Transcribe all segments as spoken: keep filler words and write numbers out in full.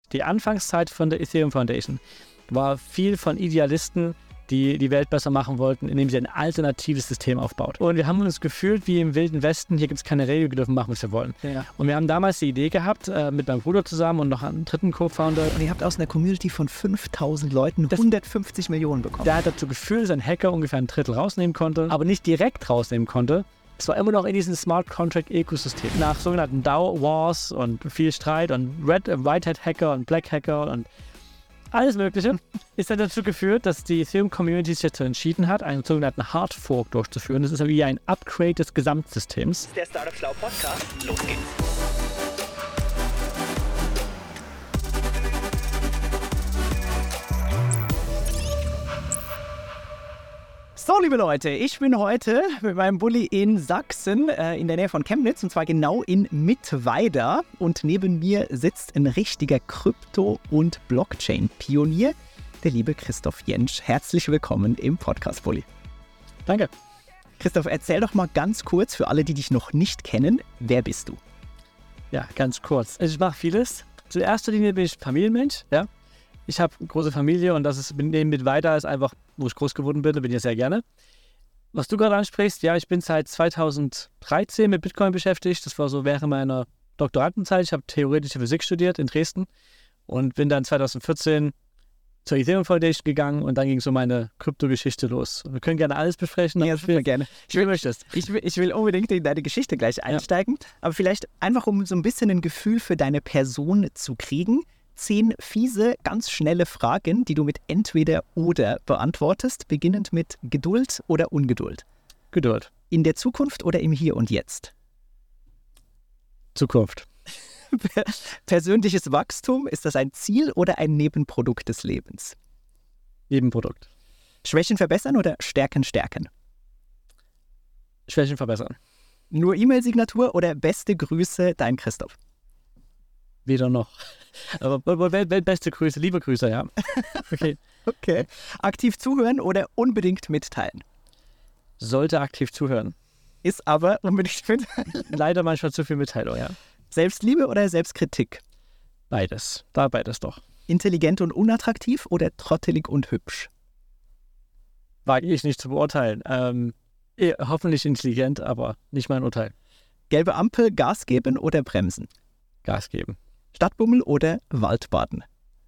Die Anfangszeit von der Ethereum Foundation war viel von Idealisten, die die Welt besser machen wollten, indem sie ein alternatives System aufbaut. Und wir haben uns gefühlt wie im Wilden Westen, hier gibt es keine Regeln, wir dürfen machen, was wir wollen. Ja. Und wir haben damals die Idee gehabt, äh, mit meinem Bruder zusammen und noch einem dritten Co-Founder. Und ihr habt aus einer Community von fünftausend Leuten das hundertfünfzig Millionen bekommen. Der hat dazu gefühlt, dass ein Hacker ungefähr ein Drittel rausnehmen konnte, aber nicht direkt rausnehmen konnte. Es war immer noch in diesem Smart Contract Ökosystem. Nach sogenannten DAO Wars und viel Streit und Red, äh, White Hat Hacker und Black Hacker und alles Mögliche, ist dann dazu geführt, dass die Ethereum-Community sich dazu entschieden hat, einen sogenannten Hard Fork durchzuführen. Das ist wie ein Upgrade des Gesamtsystems. Der Startup Schlau Podcast. Los geht's. So, liebe Leute, ich bin heute mit meinem Bulli in Sachsen, äh, in der Nähe von Chemnitz, und zwar genau in Mittweida. Und neben mir sitzt ein richtiger Krypto- und Blockchain-Pionier, der liebe Christoph Jentsch. Herzlich willkommen im Podcast, Bulli. Danke. Christoph, erzähl doch mal ganz kurz für alle, die dich noch nicht kennen, wer bist du? Ja, ganz kurz. Ich mache vieles. In erster Linie bin ich Familienmensch, ja. Ich habe eine große Familie und das ist neben Mittweida ist einfach, wo ich groß geworden bin, da bin ich ja sehr gerne. Was du gerade ansprichst, ja, ich bin seit zweitausenddreizehn mit Bitcoin beschäftigt. Das war so während meiner Doktorandenzeit. Ich habe theoretische Physik studiert in Dresden und bin dann zweitausendvierzehn zur Ethereum Foundation gegangen und dann ging so meine Kryptogeschichte los. Wir können gerne alles besprechen. Ja, das will gerne. Ich will, möchtest. Ich will, ich will unbedingt in deine Geschichte gleich einsteigen, ja. Aber vielleicht einfach, um so ein bisschen ein Gefühl für deine Person zu kriegen. Zehn fiese, ganz schnelle Fragen, die du mit entweder oder beantwortest, beginnend mit Geduld oder Ungeduld. Geduld. In der Zukunft oder im Hier und Jetzt? Zukunft. Persönliches Wachstum, ist das ein Ziel oder ein Nebenprodukt des Lebens? Nebenprodukt. Schwächen verbessern oder Stärken stärken? Schwächen verbessern. Nur E-Mail-Signatur oder beste Grüße, dein Christoph? Weder noch. Aber beste Grüße, liebe Grüße, ja. Okay. Okay. Aktiv zuhören oder unbedingt mitteilen? Sollte aktiv zuhören. Ist aber unbedingt mitteilen. Leider manchmal zu viel Mitteilung, ja. Selbstliebe oder Selbstkritik? Beides. Da beides doch. Intelligent und unattraktiv oder trottelig und hübsch? Wage ich nicht zu beurteilen. Ähm, hoffentlich intelligent, aber nicht mein Urteil. Gelbe Ampel, Gas geben oder bremsen? Gas geben. Stadtbummel oder Waldbaden?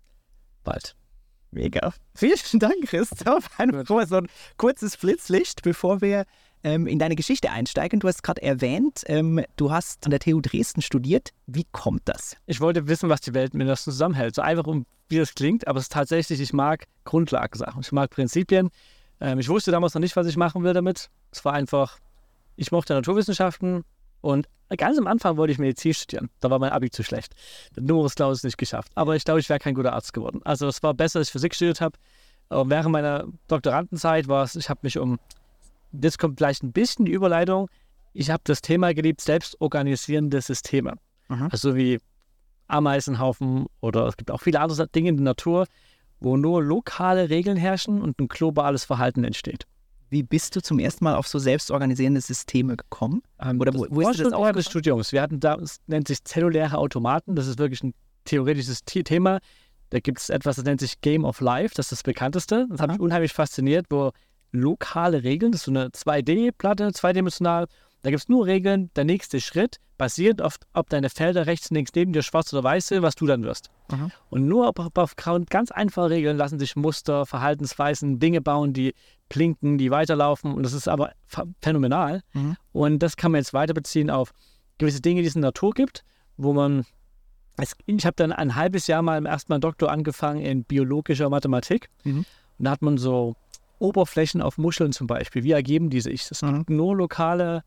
Wald. Mega. Vielen Dank, Christoph. Einfach mal so ein kurzes Blitzlicht, bevor wir ähm, in deine Geschichte einsteigen. Du hast gerade erwähnt, ähm, du hast an der T U Dresden studiert. Wie kommt das? Ich wollte wissen, was die Welt mindestens zusammenhält. So einfach, um wie das klingt, aber es ist tatsächlich, ich mag Grundlagensachen. Ich mag Prinzipien. Ähm, ich wusste damals noch nicht, was ich machen will damit. Es war einfach, ich mochte Naturwissenschaften. Und ganz am Anfang wollte ich Medizin studieren. Da war mein Abi zu schlecht. Der Numerus Clausus nicht geschafft. Aber ich glaube, ich wäre kein guter Arzt geworden. Also es war besser, dass ich Physik studiert habe. Aber während meiner Doktorandenzeit war es, ich habe mich um, jetzt kommt vielleicht ein bisschen die Überleitung, ich habe das Thema geliebt, selbstorganisierende Systeme. Mhm. Also wie Ameisenhaufen oder es gibt auch viele andere Dinge in der Natur, wo nur lokale Regeln herrschen und ein globales Verhalten entsteht. Wie bist du zum ersten Mal auf so selbstorganisierende Systeme gekommen? Ähm, Oder wo, wo ist das auch des Studiums? Wir hatten da, es nennt sich zelluläre Automaten. Das ist wirklich ein theoretisches Thema. Da gibt es etwas, das nennt sich Game of Life. Das ist das bekannteste. Das hat mich unheimlich fasziniert, wo lokale Regeln, das ist so eine zwei D-Platte, zweidimensional. Da gibt es nur Regeln. Der nächste Schritt basiert auf, ob deine Felder rechts und links neben dir schwarz oder weiß sind, was du dann wirst. Mhm. Und nur auf, auf ganz einfache Regeln lassen sich Muster, Verhaltensweisen, Dinge bauen, die blinken, die weiterlaufen. Und das ist aber phänomenal. Mhm. Und das kann man jetzt weiter beziehen auf gewisse Dinge, die es in der Natur gibt, wo man, es, ich habe dann ein halbes Jahr mal im ersten Mal Doktor angefangen in biologischer Mathematik. Mhm. Und da hat man so Oberflächen auf Muscheln zum Beispiel. Wie ergeben die sich? Es gibt mhm. nur lokale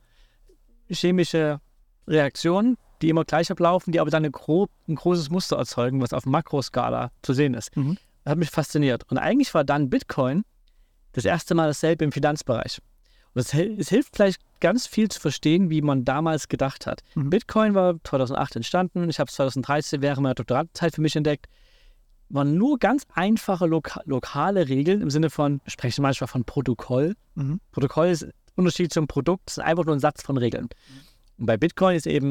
chemische Reaktionen, die immer gleich ablaufen, die aber dann eine grob, ein großes Muster erzeugen, was auf Makroskala zu sehen ist. Mhm. Das hat mich fasziniert. Und eigentlich war dann Bitcoin das erste Mal dasselbe im Finanzbereich. Und es, es hilft vielleicht ganz viel zu verstehen, wie man damals gedacht hat. Mhm. Bitcoin war zweitausendacht entstanden. Ich habe es zweitausenddreizehn während meiner Doktorandenzeit für mich entdeckt. Waren nur ganz einfache loka- lokale Regeln im Sinne von, wir sprechen manchmal von Protokoll. Mhm. Protokoll ist Unterschied zum Produkt, ist einfach nur ein Satz von Regeln. Und bei Bitcoin ist eben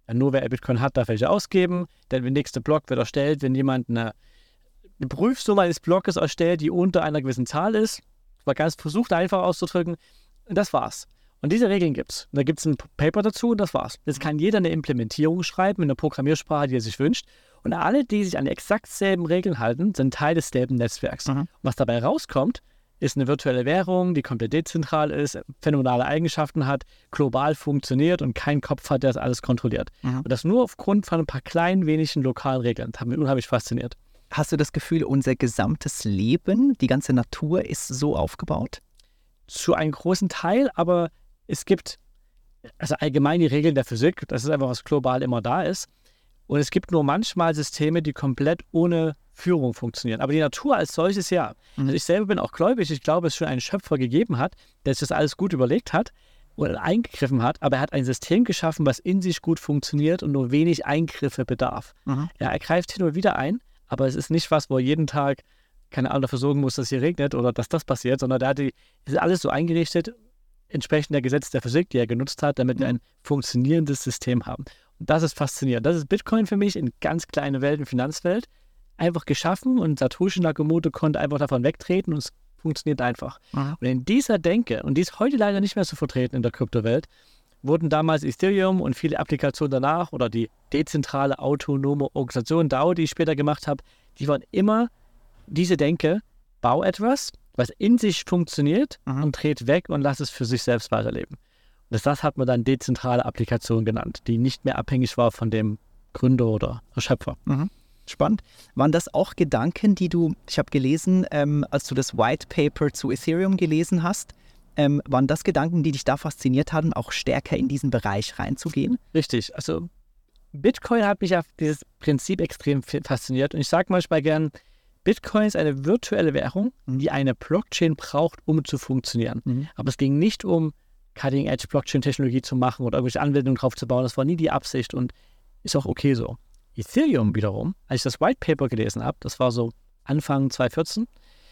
Nur wer Bitcoin hat, darf welche ausgeben. Der nächste Block wird erstellt, wenn jemand eine, eine Prüfsumme eines Blockes erstellt, die unter einer gewissen Zahl ist. Das war ganz versucht, einfach auszudrücken. Und das war's. Und diese Regeln gibt es. Da gibt es ein Paper dazu und das war's. Jetzt kann jeder eine Implementierung schreiben in einer Programmiersprache, die er sich wünscht. Und alle, die sich an die exakt selben Regeln halten, sind Teil des selben Netzwerks. Mhm. Und was dabei rauskommt, ist eine virtuelle Währung, die komplett dezentral ist, phänomenale Eigenschaften hat, global funktioniert und keinen Kopf hat, der das alles kontrolliert. Mhm. Und das nur aufgrund von ein paar kleinen, wenigen lokalen Regeln. Das hat mich unheimlich fasziniert. Hast du das Gefühl, unser gesamtes Leben, die ganze Natur ist so aufgebaut? Zu einem großen Teil, aber es gibt also allgemein die Regeln der Physik, das ist einfach, was global immer da ist. Und es gibt nur manchmal Systeme, die komplett ohne Führung funktionieren. Aber die Natur als solches ja. Mhm. Also ich selber bin auch gläubig. Ich glaube, es schon einen Schöpfer gegeben hat, der sich das alles gut überlegt hat oder eingegriffen hat. Aber er hat ein System geschaffen, was in sich gut funktioniert und nur wenig Eingriffe bedarf. Mhm. Ja, er greift hin und wieder ein, aber es ist nicht was, wo er jeden Tag, keine Ahnung, dafür sorgen muss, dass hier regnet oder dass das passiert, sondern der hat die, es ist alles so eingerichtet, entsprechend der Gesetze der Physik, die er genutzt hat, damit wir ein funktionierendes System haben. Und das ist faszinierend. Das ist Bitcoin für mich in ganz kleine Welt, in Finanzwelt, einfach geschaffen und Satoshi Nakamoto konnte einfach davon wegtreten und es funktioniert einfach. Mhm. Und in dieser Denke, und die ist heute leider nicht mehr so vertreten in der Kryptowelt, wurden damals Ethereum und viele Applikationen danach oder die dezentrale autonome Organisation D A O, die ich später gemacht habe, die waren immer diese Denke, bau etwas, was in sich funktioniert mhm. und dreht weg und lass es für sich selbst weiterleben. Und das, das hat man dann dezentrale Applikation genannt, die nicht mehr abhängig war von dem Gründer oder Schöpfer. Mhm. Spannend. Waren das auch Gedanken, die du, ich habe gelesen, ähm, als du das White Paper zu Ethereum gelesen hast, ähm, waren das Gedanken, die dich da fasziniert haben, auch stärker in diesen Bereich reinzugehen? Richtig. Also Bitcoin hat mich auf dieses Prinzip extrem fasziniert und ich sage manchmal gern, Bitcoin ist eine virtuelle Währung, die eine Blockchain braucht, um zu funktionieren. Mhm. Aber es ging nicht um Cutting-Edge-Blockchain-Technologie zu machen oder irgendwelche Anwendungen drauf zu bauen. Das war nie die Absicht und ist auch okay so. Ethereum wiederum, als ich das White Paper gelesen habe, das war so Anfang zwanzig vierzehn,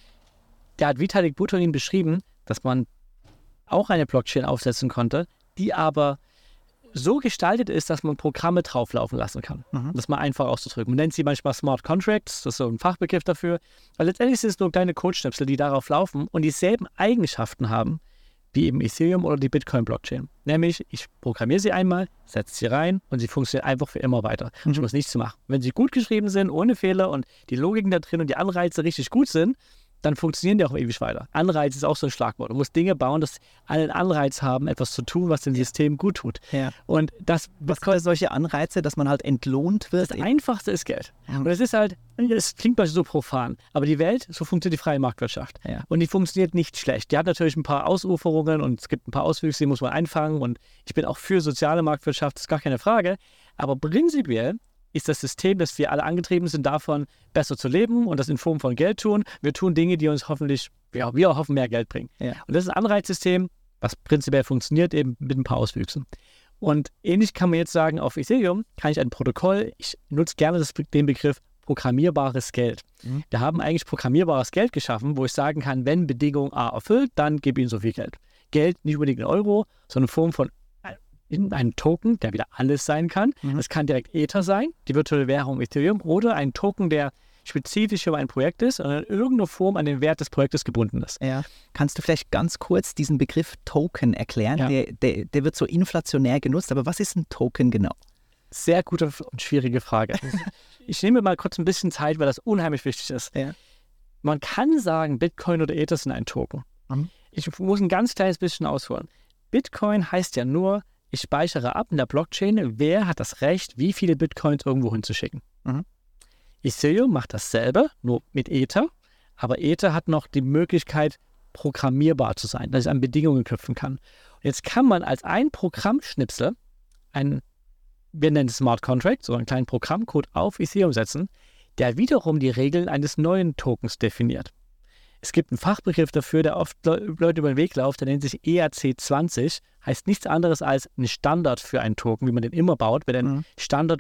da hat Vitalik Buterin beschrieben, dass man auch eine Blockchain aufsetzen konnte, die aber so gestaltet ist, dass man Programme drauflaufen lassen kann. Mhm. Das mal einfach auszudrücken. Man nennt sie manchmal Smart Contracts, das ist so ein Fachbegriff dafür. Aber letztendlich sind es nur kleine Codeschnipsel, die darauf laufen und dieselben Eigenschaften haben, wie eben Ethereum oder die Bitcoin-Blockchain. Nämlich, ich programmiere sie einmal, setze sie rein und sie funktioniert einfach für immer weiter. Mhm. Ich muss nichts machen. Wenn sie gut geschrieben sind, ohne Fehler und die Logiken da drin und die Anreize richtig gut sind, dann funktionieren die auch ewig weiter. Anreiz ist auch so ein Schlagwort. Du musst Dinge bauen, dass alle einen Anreiz haben, etwas zu tun, was dem ja. System gut tut. Ja. Und das, was sind solche Anreize, dass man halt entlohnt wird? Das Einfachste ist Geld. Ja. Und es ist halt, es klingt mal so profan, aber die Welt, so funktioniert die freie Marktwirtschaft. Ja. Und die funktioniert nicht schlecht. Die hat natürlich ein paar Ausuferungen und es gibt ein paar Auswüchse, die muss man einfangen. Und ich bin auch für soziale Marktwirtschaft, das ist gar keine Frage. Aber prinzipiell ist das System, dass wir alle angetrieben sind, davon besser zu leben und das in Form von Geld tun. Wir tun Dinge, die uns hoffentlich, ja, wir hoffen, mehr Geld bringen. Ja. Und das ist ein Anreizsystem, was prinzipiell funktioniert, eben mit ein paar Auswüchsen. Und ähnlich kann man jetzt sagen, auf Ethereum kann ich ein Protokoll, ich nutze gerne das, den Begriff programmierbares Geld. Mhm. Wir haben eigentlich programmierbares Geld geschaffen, wo ich sagen kann, wenn Bedingung A erfüllt, dann gebe ich Ihnen so viel Geld. Geld nicht unbedingt in Euro, sondern in Form von in einem Token, der wieder alles sein kann. Mhm. Das kann direkt Ether sein, die virtuelle Währung Ethereum, oder ein Token, der spezifisch für ein Projekt ist und in irgendeiner Form an den Wert des Projektes gebunden ist. Ja. Kannst du vielleicht ganz kurz diesen Begriff Token erklären? Ja. Der, der, der wird so inflationär genutzt, aber was ist ein Token genau? Sehr gute und schwierige Frage. Ich nehme mal kurz ein bisschen Zeit, weil das unheimlich wichtig ist. Ja. Man kann sagen, Bitcoin oder Ether sind ein Token. Mhm. Ich muss ein ganz kleines bisschen ausholen. Bitcoin heißt ja nur, ich speichere ab in der Blockchain, wer hat das Recht, wie viele Bitcoins irgendwo hinzuschicken. Mhm. Ethereum macht dasselbe, nur mit Ether, aber Ether hat noch die Möglichkeit, programmierbar zu sein, dass ich an Bedingungen knüpfen kann. Und jetzt kann man als ein Programmschnipsel, ein, wir nennen es Smart Contract, so einen kleinen Programmcode auf Ethereum setzen, der wiederum die Regeln eines neuen Tokens definiert. Es gibt einen Fachbegriff dafür, der oft Leute über den Weg läuft, der nennt sich E R C zwanzig, heißt nichts anderes als ein Standard für einen Token, wie man den immer baut, wenn ein mhm. Standard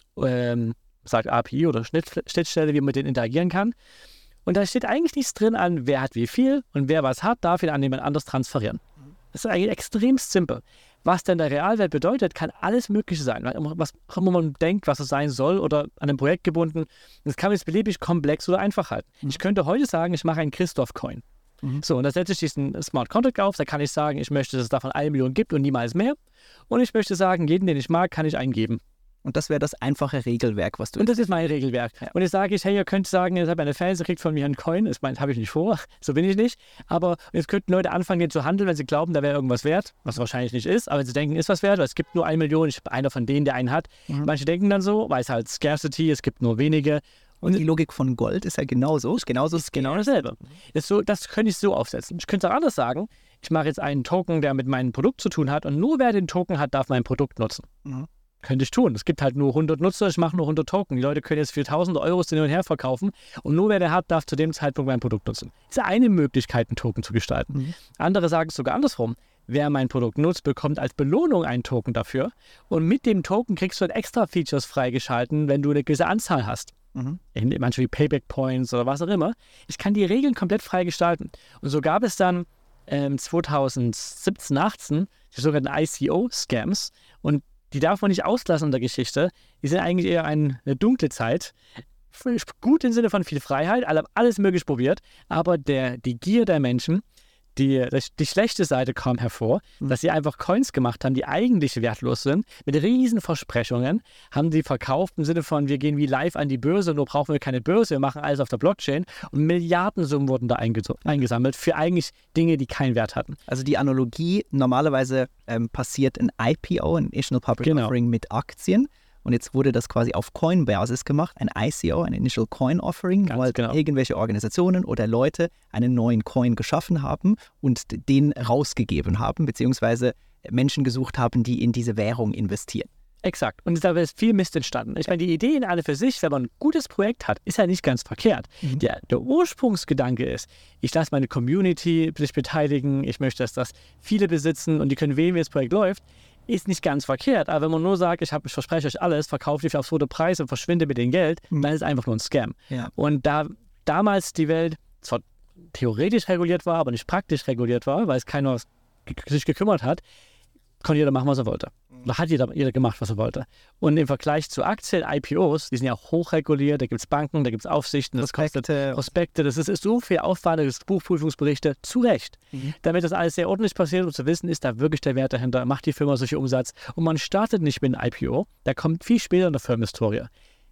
ähm, sagt A P I oder Schnittstelle, wie man mit denen interagieren kann. Und da steht eigentlich nichts drin an, wer hat wie viel und wer was hat, darf ihn an jemand anders transferieren. Das ist eigentlich extrem simpel. Was denn der Realwelt bedeutet, kann alles Mögliche sein. Was auch immer man denkt, was es sein soll oder an einem Projekt gebunden. Das kann man jetzt beliebig komplex oder einfach halten. Mhm. Ich könnte heute sagen, ich mache einen Christoph-Coin. Mhm. So, und da setze ich diesen Smart Contract auf. Da kann ich sagen, ich möchte, dass es davon eine Million gibt und niemals mehr. Und ich möchte sagen, jeden, den ich mag, kann ich einen geben. Und das wäre das einfache Regelwerk, was du... Und das ist mein Regelwerk. Ja. Und jetzt sage ich, hey, ihr könnt sagen, ihr seid meine Fans, ihr kriegt von mir einen Coin. Das habe ich nicht vor, so bin ich nicht. Aber jetzt könnten Leute anfangen, den zu handeln, wenn sie glauben, da wäre irgendwas wert, was wahrscheinlich nicht ist. Aber wenn sie denken, ist was wert, weil es gibt nur eine Million, ich bin einer von denen, der einen hat. Mhm. Manche denken dann so, weil es halt Scarcity, es gibt nur wenige. Und die Logik von Gold ist ja genauso. Ist genauso ist genau dasselbe. Das, so, das könnte ich so aufsetzen. Ich könnte es auch anders sagen. Ich mache jetzt einen Token, der mit meinem Produkt zu tun hat und nur wer den Token hat, darf mein Produkt nutzen. Mhm. Könnte ich tun. Es gibt halt nur hundert Nutzer, ich mache nur hundert Token. Die Leute können jetzt für tausende Euros hin und her verkaufen und nur wer der hat, darf zu dem Zeitpunkt mein Produkt nutzen. Das ist eine Möglichkeit, einen Token zu gestalten. Mhm. Andere sagen es sogar andersrum. Wer mein Produkt nutzt, bekommt als Belohnung einen Token dafür und mit dem Token kriegst du halt extra Features freigeschalten, wenn du eine gewisse Anzahl hast. Mhm. Manche wie Payback Points oder was auch immer. Ich kann die Regeln komplett frei gestalten. Und so gab es dann ähm, zweitausendsiebzehn, achtzehn die sogenannten I C O-Scams und die darf man nicht auslassen in der Geschichte. Die sind eigentlich eher eine dunkle Zeit. Gut im Sinne von viel Freiheit, alle alles möglich probiert, aber der, die Gier der Menschen, die, die schlechte Seite kam hervor, mhm. dass sie einfach Coins gemacht haben, die eigentlich wertlos sind, mit riesen Versprechungen, haben die verkauft im Sinne von, wir gehen wie live an die Börse, nur brauchen wir keine Börse, wir machen alles auf der Blockchain und Milliardensummen wurden da einges- eingesammelt für eigentlich Dinge, die keinen Wert hatten. Also die Analogie, normalerweise ähm, passiert ein I P O, ein Initial Public genau. Offering mit Aktien. Und jetzt wurde das quasi auf Coin-Basis gemacht, ein I C O, ein Initial Coin Offering, Ganz wo halt genau. irgendwelche Organisationen oder Leute einen neuen Coin geschaffen haben und den rausgegeben haben, beziehungsweise Menschen gesucht haben, die in diese Währung investieren. Exakt. Und da ist viel Mist entstanden. Ich meine, die Idee in alle für sich, wenn man ein gutes Projekt hat, ist ja nicht ganz verkehrt. Mhm. Der, der Ursprungsgedanke ist, ich lasse meine Community sich beteiligen, ich möchte, dass das viele besitzen und die können wählen, wie das Projekt läuft. Ist nicht ganz verkehrt, aber wenn man nur sagt, ich, hab, ich verspreche euch alles, verkaufe die für absurde Preise und verschwinde mit dem Geld, mhm. dann ist es einfach nur ein Scam. Ja. Und da damals die Welt zwar theoretisch reguliert war, aber nicht praktisch reguliert war, weil es keiner sich gekümmert hat, konnte jeder machen, was er wollte. Da hat jeder, jeder gemacht, was er wollte. Und im Vergleich zu Aktien, I P Os, die sind ja auch hochreguliert, da gibt es Banken, da gibt es Aufsichten, das Prospekte. kostet Prospekte, das ist, ist so viel Aufwand, das ist Buchprüfungsberichte, zu Recht. Mhm. Damit das alles sehr ordentlich passiert, um zu wissen, ist da wirklich der Wert dahinter, macht die Firma solche Umsatz. Und man startet nicht mit einem I P O, der kommt viel später in der Firmenhistorie.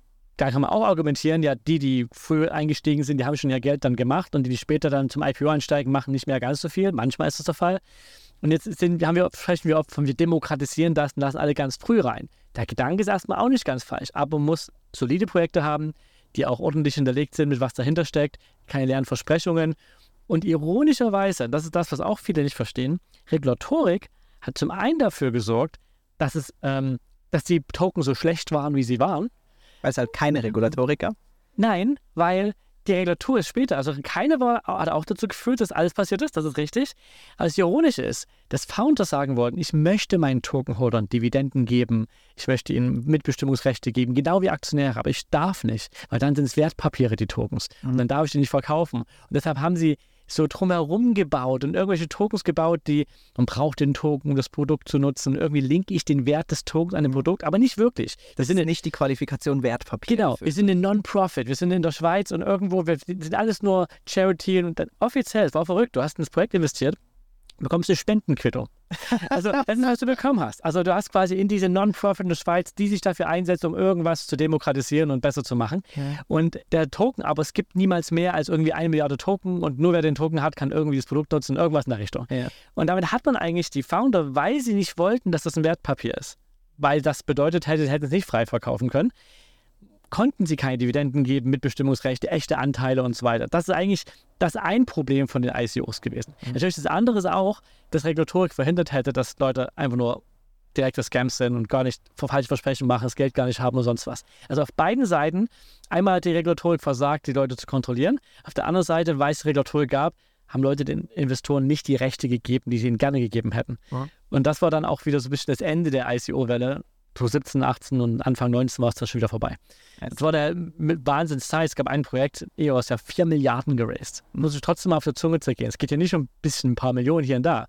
Da kann man auch argumentieren, ja, die, die früher eingestiegen sind, die haben schon ihr Geld dann gemacht und die, die später dann zum I P O einsteigen, machen nicht mehr ganz so viel. Manchmal ist das der Fall. Und jetzt sind, haben wir, sprechen wir oft von, wir demokratisieren das und lassen alle ganz früh rein. Der Gedanke ist erstmal auch nicht ganz falsch, aber man muss solide Projekte haben, die auch ordentlich hinterlegt sind, mit was dahinter steckt, keine leeren Versprechungen. Und ironischerweise, das ist das, was auch viele nicht verstehen, Regulatorik hat zum einen dafür gesorgt, dass, es, ähm, dass die Token so schlecht waren, wie sie waren. Weil es halt keine Regulatorik gab? Nein, weil die Regulatur ist später. Also keine war, hat auch dazu geführt, dass alles passiert ist, das ist richtig. Aber das Ironische ist, dass Founders sagen wollten, ich möchte meinen Tokenholdern Dividenden geben, ich möchte ihnen Mitbestimmungsrechte geben, genau wie Aktionäre, aber ich darf nicht, weil dann sind es Wertpapiere, die Tokens. Mhm. Und dann darf ich die nicht verkaufen. Und deshalb haben sie so drumherum gebaut und irgendwelche Tokens gebaut, die, man braucht den Token, um das Produkt zu nutzen. Und irgendwie linke ich den Wert des Tokens an dem Produkt, aber nicht wirklich. Das sind nicht die Qualifikation Wertpapier. Genau, wir sind eine Non-Profit, wir sind in der Schweiz und irgendwo, wir sind alles nur Charity und dann offiziell, es war verrückt, du hast ins Projekt investiert, bekommst eine Spendenquittung. Also, das ist, was du bekommen hast. Also, du hast quasi in diese Non-Profit in der Schweiz, die sich dafür einsetzt, um irgendwas zu demokratisieren und besser zu machen. Ja. Und der Token, aber es gibt niemals mehr als irgendwie eine Milliarde Token und nur wer den Token hat, kann irgendwie das Produkt nutzen, irgendwas in der Richtung. Ja. Und damit hat man eigentlich die Founder, weil sie nicht wollten, dass das ein Wertpapier ist, weil das bedeutet hätte, hätten es nicht frei verkaufen können, konnten sie keine Dividenden geben, Mitbestimmungsrechte, echte Anteile und so weiter. Das ist eigentlich das ein Problem von den I C Os gewesen. Mhm. Natürlich das andere ist auch, dass Regulatorik verhindert hätte, dass Leute einfach nur direkte Scams sind und gar nicht falsche Versprechen machen, das Geld gar nicht haben oder sonst was. Also auf beiden Seiten, einmal hat die Regulatorik versagt, die Leute zu kontrollieren. Auf der anderen Seite, weil es Regulatorik gab, haben Leute den Investoren nicht die Rechte gegeben, die sie ihnen gerne gegeben hätten. Mhm. Und das war dann auch wieder so ein bisschen das Ende der I C O-Welle. siebzehn, achtzehn und Anfang neunzehn war es da schon wieder vorbei. Das war der Wahnsinnszeit. Es gab ein Projekt, E O S, ja vier Milliarden geraced. Muss ich trotzdem mal auf der Zunge zergehen. Es geht ja nicht um ein bisschen, ein paar Millionen hier und da.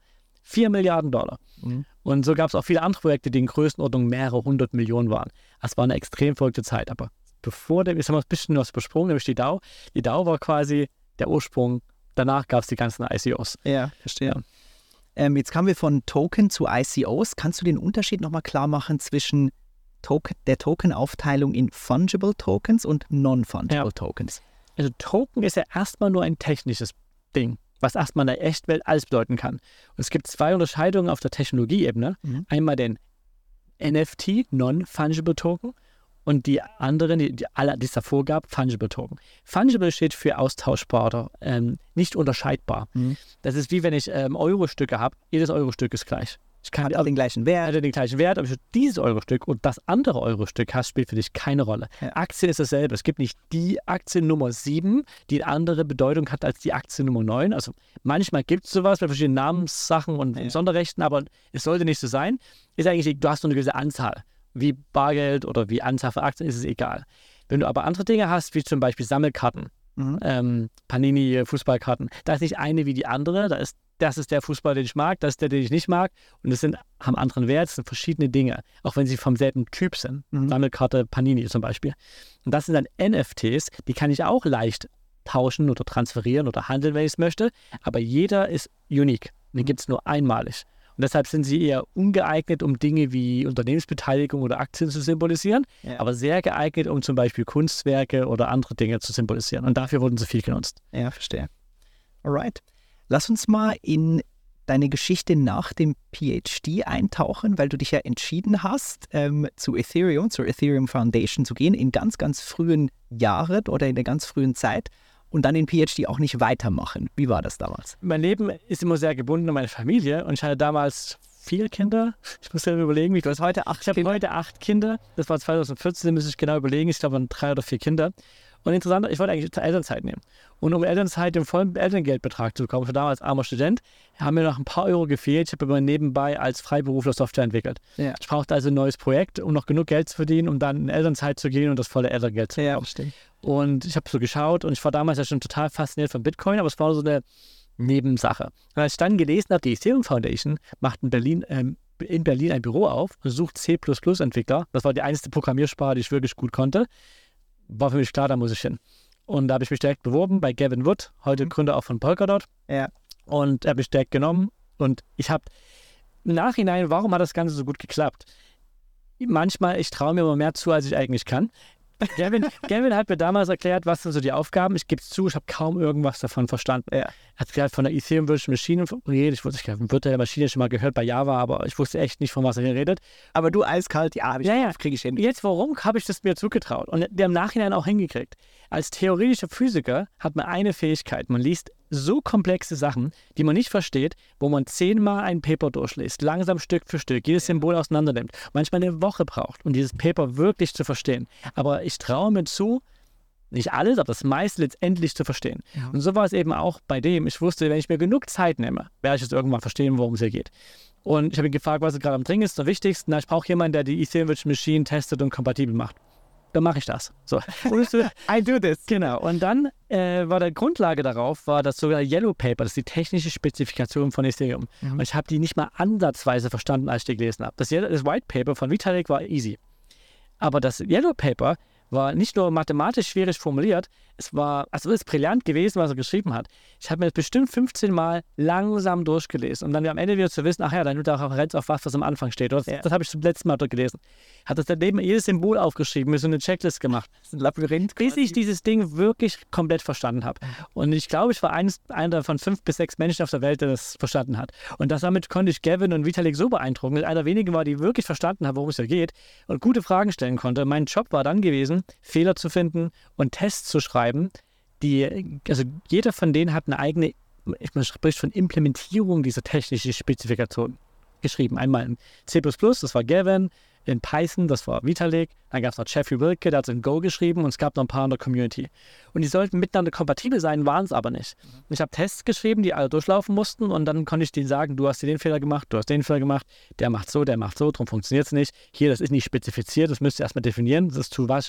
vier Milliarden Dollar. Mhm. Und so gab es auch viele andere Projekte, die in Größenordnung mehrere hundert Millionen waren. Es war eine extrem verrückte Zeit. Aber bevor der, jetzt haben wir ein bisschen was übersprungen, nämlich die DAO. Die DAO war quasi der Ursprung. Danach gab es die ganzen I C Os. Ja, verstehe. Ja. Ähm, jetzt kamen wir von Token zu I C Os. Kannst du den Unterschied nochmal klar machen zwischen Token, der Token-Aufteilung in Fungible Tokens und Non-Fungible ja. Tokens? Also Token ist ja erstmal nur ein technisches Ding, was erstmal in der Echtwelt alles bedeuten kann. Und es gibt zwei Unterscheidungen auf der Technologieebene. Mhm. Einmal den N F T, Non-Fungible Token, und die anderen, die, die, alle, die es davor gab, Fungible Token. Fungible steht für austauschbar oder ähm, nicht unterscheidbar. Mhm. Das ist wie wenn ich ähm, Euro-Stücke habe, jedes Euro-Stück ist gleich. Ich kann, hat den gleichen Wert. Hat den gleichen Wert, aber für dieses Euro-Stück und das andere Euro-Stück hast, spielt für dich keine Rolle. Ja. Aktien ist dasselbe. Es gibt nicht die Aktie Nummer sieben, die eine andere Bedeutung hat als die Aktie Nummer neun. Also manchmal gibt es sowas bei verschiedenen Namenssachen und ja. Sonderrechten, aber es sollte nicht so sein. Ist eigentlich, du hast nur eine gewisse Anzahl. Wie Bargeld oder wie Anzahl von Aktien, ist es egal. Wenn du aber andere Dinge hast, wie zum Beispiel Sammelkarten, mhm. ähm, Panini, Fußballkarten, da ist nicht eine wie die andere, da ist, das ist der Fußball, den ich mag, das ist der, den ich nicht mag und das sind, haben anderen Wert, das sind verschiedene Dinge, auch wenn sie vom selben Typ sind. Mhm. Sammelkarte Panini zum Beispiel. Und das sind dann N F Ts, die kann ich auch leicht tauschen oder transferieren oder handeln, wenn ich es möchte, aber jeder ist unique und den gibt es nur einmalig. Und deshalb sind sie eher ungeeignet, um Dinge wie Unternehmensbeteiligung oder Aktien zu symbolisieren, ja. aber sehr geeignet, um zum Beispiel Kunstwerke oder andere Dinge zu symbolisieren. Und dafür wurden sie viel genutzt. Ja, verstehe. Alright. Lass uns mal in deine Geschichte nach dem P H D eintauchen, weil du dich ja entschieden hast, ähm, zu Ethereum, zur Ethereum Foundation zu gehen, in ganz, ganz frühen Jahren oder in der ganz frühen Zeit. Und dann den P H D auch nicht weitermachen. Wie war das damals? Mein Leben ist immer sehr gebunden an meine Familie und ich hatte damals vier Kinder. Ich muss selber überlegen, wie ich weiß heute acht. Ich habe heute acht Kinder. Das war zwanzig vierzehn, muss ich genau überlegen. Ich glaube, waren drei oder vier Kinder. Und interessant, ich wollte eigentlich Elternzeit nehmen. Und um Elternzeit den vollen Elterngeldbetrag zu bekommen, für damals armer Student, haben mir noch ein paar Euro gefehlt. Ich habe aber nebenbei als Freiberufler Software entwickelt. Ja. Ich brauchte also ein neues Projekt, um noch genug Geld zu verdienen, um dann in Elternzeit zu gehen und das volle Elterngeld zu bekommen. Ja, und ich habe so geschaut und ich war damals ja schon total fasziniert von Bitcoin, aber es war so eine Nebensache. Und als ich dann gelesen habe, die Ethereum Foundation macht in Berlin, ähm, in Berlin ein Büro auf und sucht C plus plus Entwickler. Das war die einzige Programmiersprache, die ich wirklich gut konnte. War für mich klar, da muss ich hin. Und da habe ich mich direkt beworben bei Gavin Wood, heute mhm. Gründer auch von Polkadot. Ja. Und er hat mich direkt genommen. Und ich habe im Nachhinein, warum hat das Ganze so gut geklappt? Manchmal, ich traue mir immer mehr zu, als ich eigentlich kann. Gavin, Gavin hat mir damals erklärt, was sind so die Aufgaben. Ich gebe es zu, ich habe kaum irgendwas davon verstanden. Ja. Er hat gerade von der Ethereum Virtual Machine geredet. Ich wusste, ich habe Virtual Maschine schon mal gehört bei Java, aber ich wusste echt nicht, von was er hier redet. Aber du eiskalt, ja, habe ich ja, ja. kriege ich hin. Jetzt, warum habe ich das mir zugetraut? Und wir haben im Nachhinein auch hingekriegt. Als theoretischer Physiker hat man eine Fähigkeit. Man liest so komplexe Sachen, die man nicht versteht, wo man zehnmal ein Paper durchliest, langsam Stück für Stück, jedes Symbol auseinander nimmt, manchmal eine Woche braucht, um dieses Paper wirklich zu verstehen. Aber ich traue mir zu, nicht alles, aber das meiste letztendlich zu verstehen. Ja. Und so war es eben auch bei dem. Ich wusste, wenn ich mir genug Zeit nehme, werde ich es irgendwann verstehen, worum es hier geht. Und ich habe ihn gefragt, was gerade am dringendsten ist, am wichtigsten. Na, ich brauche jemanden, der die Ethereum Virtual Machine testet und kompatibel macht. Dann mache ich das. So. I do this. Genau. Und dann äh, war der Grundlage darauf, war das sogar Yellow Paper, das ist die technische Spezifikation von Ethereum. Mhm. Und ich habe die nicht mal ansatzweise verstanden, als ich die gelesen habe. Das, das White Paper von Vitalik war easy. Aber das Yellow Paper war nicht nur mathematisch schwierig formuliert, es war, also es ist brillant gewesen, was er geschrieben hat. Ich habe mir das bestimmt fünfzehn Mal langsam durchgelesen, um dann am Ende wieder zu wissen, ach ja, dann nimmt er auch Referenz auf was, was am Anfang steht. Das, ja. das habe ich zum letzten Mal durchgelesen. Hat das daneben jedes Symbol aufgeschrieben, mir so eine Checklist gemacht. Das ist ein Labyrinth. Bis ich dieses Ding wirklich komplett verstanden habe. Und ich glaube, ich war eines, einer von fünf bis sechs Menschen auf der Welt, der das verstanden hat. Und das, damit konnte ich Gavin und Vitalik so beeindrucken, dass einer wenigen war, die wirklich verstanden haben, worum es hier geht und gute Fragen stellen konnte. Mein Job war dann gewesen, Fehler zu finden und Tests zu schreiben, die, also jeder von denen hat eine eigene, man spricht von Implementierung dieser technischen Spezifikation geschrieben. Einmal in C plus plus, das war Gavin, in Python, das war Vitalik, dann gab es noch Jeffrey Wilke, der hat es in Go geschrieben und es gab noch ein paar in der Community. Und die sollten miteinander kompatibel sein, waren es aber nicht. Mhm. Ich habe Tests geschrieben, die alle durchlaufen mussten und dann konnte ich denen sagen, du hast dir den Fehler gemacht, du hast den Fehler gemacht, der macht so, der macht so, darum funktioniert es nicht. Hier, das ist nicht spezifiziert, das müsst ihr erstmal definieren, das ist zu,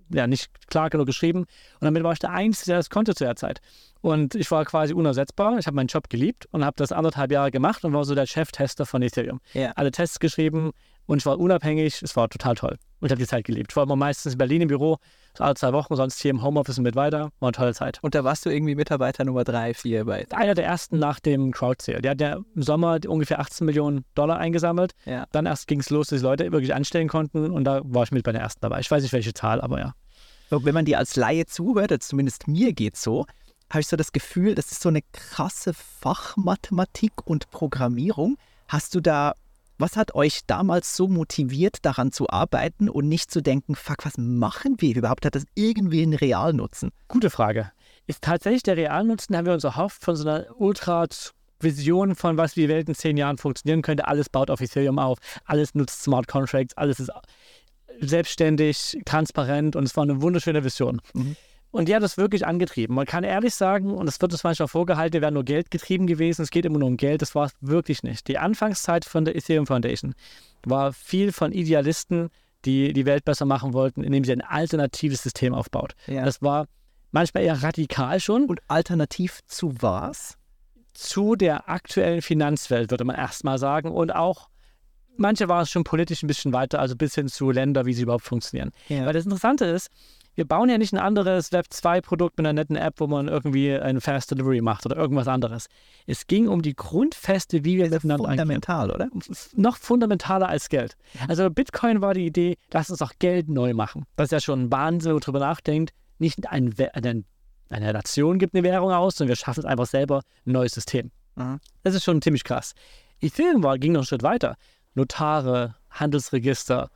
ja, nicht klar genug geschrieben. Und damit war ich der Einzige, der das konnte zu der Zeit. Und ich war quasi unersetzbar. Ich habe meinen Job geliebt und habe das anderthalb Jahre gemacht und war so der Cheftester von Ethereum. Ja. Alle Tests geschrieben und ich war unabhängig. Es war total toll. Und ich habe die Zeit geliebt. Ich war immer meistens in Berlin im Büro, so alle zwei Wochen, sonst hier im Homeoffice und mit weiter. War eine tolle Zeit. Und da warst du irgendwie Mitarbeiter Nummer drei, vier bei... Einer der ersten nach dem Crowd-Sale. Der hat ja im Sommer ungefähr achtzehn Millionen Dollar eingesammelt. Ja. Dann erst ging es los, dass die Leute wirklich anstellen konnten und da war ich mit bei der ersten dabei. Ich weiß nicht, welche Zahl, aber ja. Wenn man dir als Laie zuhört, also zumindest mir geht's so, habe ich so das Gefühl, das ist so eine krasse Fachmathematik und Programmierung. Hast du da, was hat euch damals so motiviert, daran zu arbeiten und nicht zu denken, fuck, was machen wir überhaupt? Hat das irgendwie einen Realnutzen? Gute Frage. Ist tatsächlich der Realnutzen, haben wir uns erhofft von so einer Ultra-Vision von, was wie die Welt in zehn Jahren funktionieren könnte. Alles baut auf Ethereum auf, alles nutzt Smart Contracts, alles ist selbstständig, transparent und es war eine wunderschöne Vision. Mhm. Und die hat das wirklich angetrieben. Man kann ehrlich sagen, und es wird uns manchmal vorgehalten, wir wären nur Geld getrieben gewesen, es geht immer nur um Geld, das war es wirklich nicht. Die Anfangszeit von der Ethereum Foundation war viel von Idealisten, die die Welt besser machen wollten, indem sie ein alternatives System aufbaut. Ja. Das war manchmal eher radikal schon. Und alternativ zu was? Zu der aktuellen Finanzwelt, würde man erstmal sagen. Und auch, manche waren es schon politisch ein bisschen weiter, also bis hin zu Ländern, wie sie überhaupt funktionieren. Ja. Weil das Interessante ist, wir bauen ja nicht ein anderes Web zwei Produkt mit einer netten App, wo man irgendwie ein Fast Delivery macht oder irgendwas anderes. Es ging um die Grundfeste, wie wir miteinander fundamental, oder? Noch fundamentaler als Geld. Also Bitcoin war die Idee, lass uns auch Geld neu machen. Das ist ja schon ein Wahnsinn, wenn man darüber nachdenkt. Nicht ein, eine, eine Nation gibt eine Währung aus, sondern wir schaffen es einfach selber, ein neues System. Mhm. Das ist schon ziemlich krass. Ethereum war, ging noch einen Schritt weiter. Notare, Handelsregister,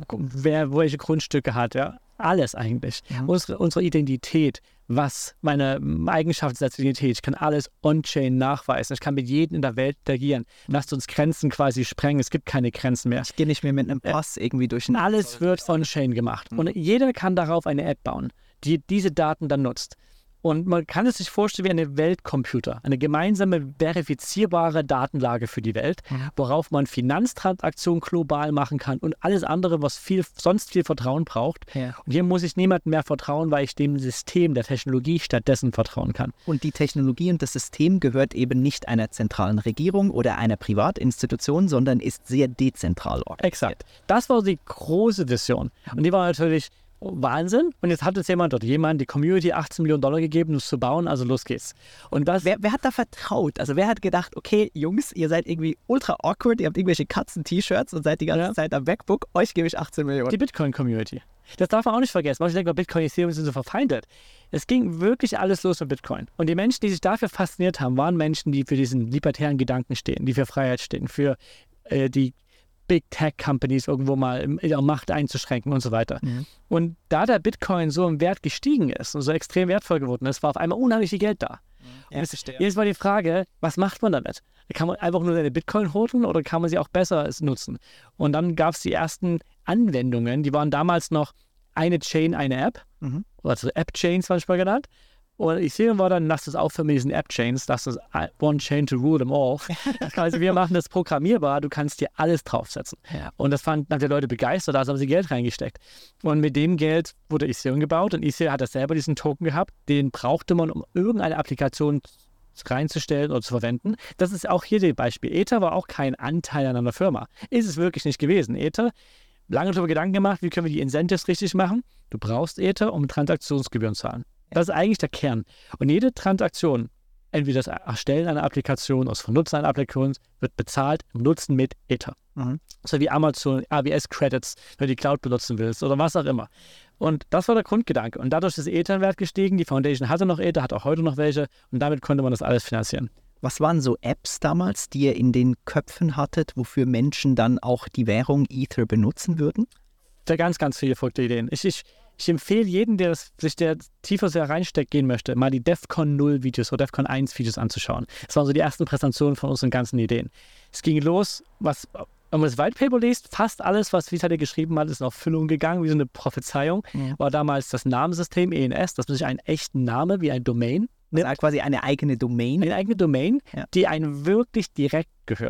wer welche Grundstücke hat, ja. Alles eigentlich. Mhm. Unsere, unsere Identität, was meine Eigenschaft ist als Identität. Ich kann alles on-chain nachweisen. Ich kann mit jedem in der Welt interagieren. Lasst uns Grenzen quasi sprengen. Es gibt keine Grenzen mehr. Ich gehe nicht mehr mit einem Pass äh, irgendwie durch den... Alles wird on-chain gemacht. Mhm. Und jeder kann darauf eine App bauen, die diese Daten dann nutzt. Und man kann es sich vorstellen wie eine Weltcomputer, eine gemeinsame, verifizierbare Datenlage für die Welt, mhm. worauf man Finanztransaktionen global machen kann und alles andere, was viel, sonst viel Vertrauen braucht. Ja. Und hier muss ich niemandem mehr vertrauen, weil ich dem System, der Technologie stattdessen vertrauen kann. Und die Technologie und das System gehört eben nicht einer zentralen Regierung oder einer Privatinstitution, sondern ist sehr dezentral organisiert. Exakt. Das war die große Vision. Und die war natürlich Wahnsinn. Und jetzt hat uns jemand dort, jemand, die Community achtzehn Millionen Dollar gegeben, um es zu bauen, also los geht's. Und das, wer, wer hat da vertraut? Also wer hat gedacht, okay, Jungs, ihr seid irgendwie ultra awkward, ihr habt irgendwelche Katzen-T-Shirts und seid die ganze ja. Zeit am MacBook, euch gebe ich achtzehn Millionen. Die Bitcoin-Community. Das darf man auch nicht vergessen. Manche denken, mal, Bitcoin und Ethereum sind so verfeindet. Es ging wirklich alles los mit Bitcoin. Und die Menschen, die sich dafür fasziniert haben, waren Menschen, die für diesen libertären Gedanken stehen, die für Freiheit stehen, für äh, die Big Tech Companies irgendwo mal ihre Macht einzuschränken und so weiter. Mhm. Und da der Bitcoin so im Wert gestiegen ist und so extrem wertvoll geworden ist, war auf einmal unheimlich viel Geld da. Mhm. Ja, jetzt war die Frage, was macht man damit? Kann man einfach nur seine Bitcoin holen oder kann man sie auch besser nutzen? Und dann gab es die ersten Anwendungen, die waren damals noch eine Chain, eine App, mhm. also App-Chains manchmal genannt. Und Ethereum war dann, lasst es aufhören mit diesen App-Chains, lasst es one chain to rule them all. Also wir machen das programmierbar, du kannst dir alles draufsetzen. Ja. Und das fanden die Leute begeistert, also haben sie Geld reingesteckt. Und mit dem Geld wurde Ethereum gebaut und Ethereum hat das selber diesen Token gehabt, den brauchte man, um irgendeine Applikation reinzustellen oder zu verwenden. Das ist auch hier das Beispiel. Ether war auch kein Anteil an einer Firma. Ist es wirklich nicht gewesen. Ether, lange darüber Gedanken gemacht, wie können wir die Incentives richtig machen? Du brauchst Ether, um Transaktionsgebühren zu zahlen. Das ist eigentlich der Kern. Und jede Transaktion, entweder das Erstellen einer Applikation oder das Vernutzen einer Applikation, wird bezahlt im Nutzen mit Ether. Mhm. So wie Amazon A W S-Credits, wenn du die Cloud benutzen willst oder was auch immer. Und das war der Grundgedanke. Und dadurch ist Ether in Wert gestiegen. Die Foundation hatte noch Ether, hat auch heute noch welche. Und damit konnte man das alles finanzieren. Was waren so Apps damals, die ihr in den Köpfen hattet, wofür Menschen dann auch die Währung Ether benutzen würden? Da ganz, ganz viele verrückte Ideen. Ich, ich, ich empfehle jedem, der das, sich der tiefer sehr reinsteckt, gehen möchte, mal die DEFCON null Videos oder DEFCON eins Videos anzuschauen. Das waren so die ersten Präsentationen von unseren ganzen Ideen. Es ging los, was, wenn man das White Paper liest, fast alles, was Vitalik geschrieben hat, ist in Erfüllung gegangen, wie so eine Prophezeiung. Ja. War damals das Namensystem E N S, dass man sich einen echten Namen wie ein Domain nimmt. Also quasi eine eigene Domain. Eine eigene Domain, ja. die einem wirklich direkt gehört.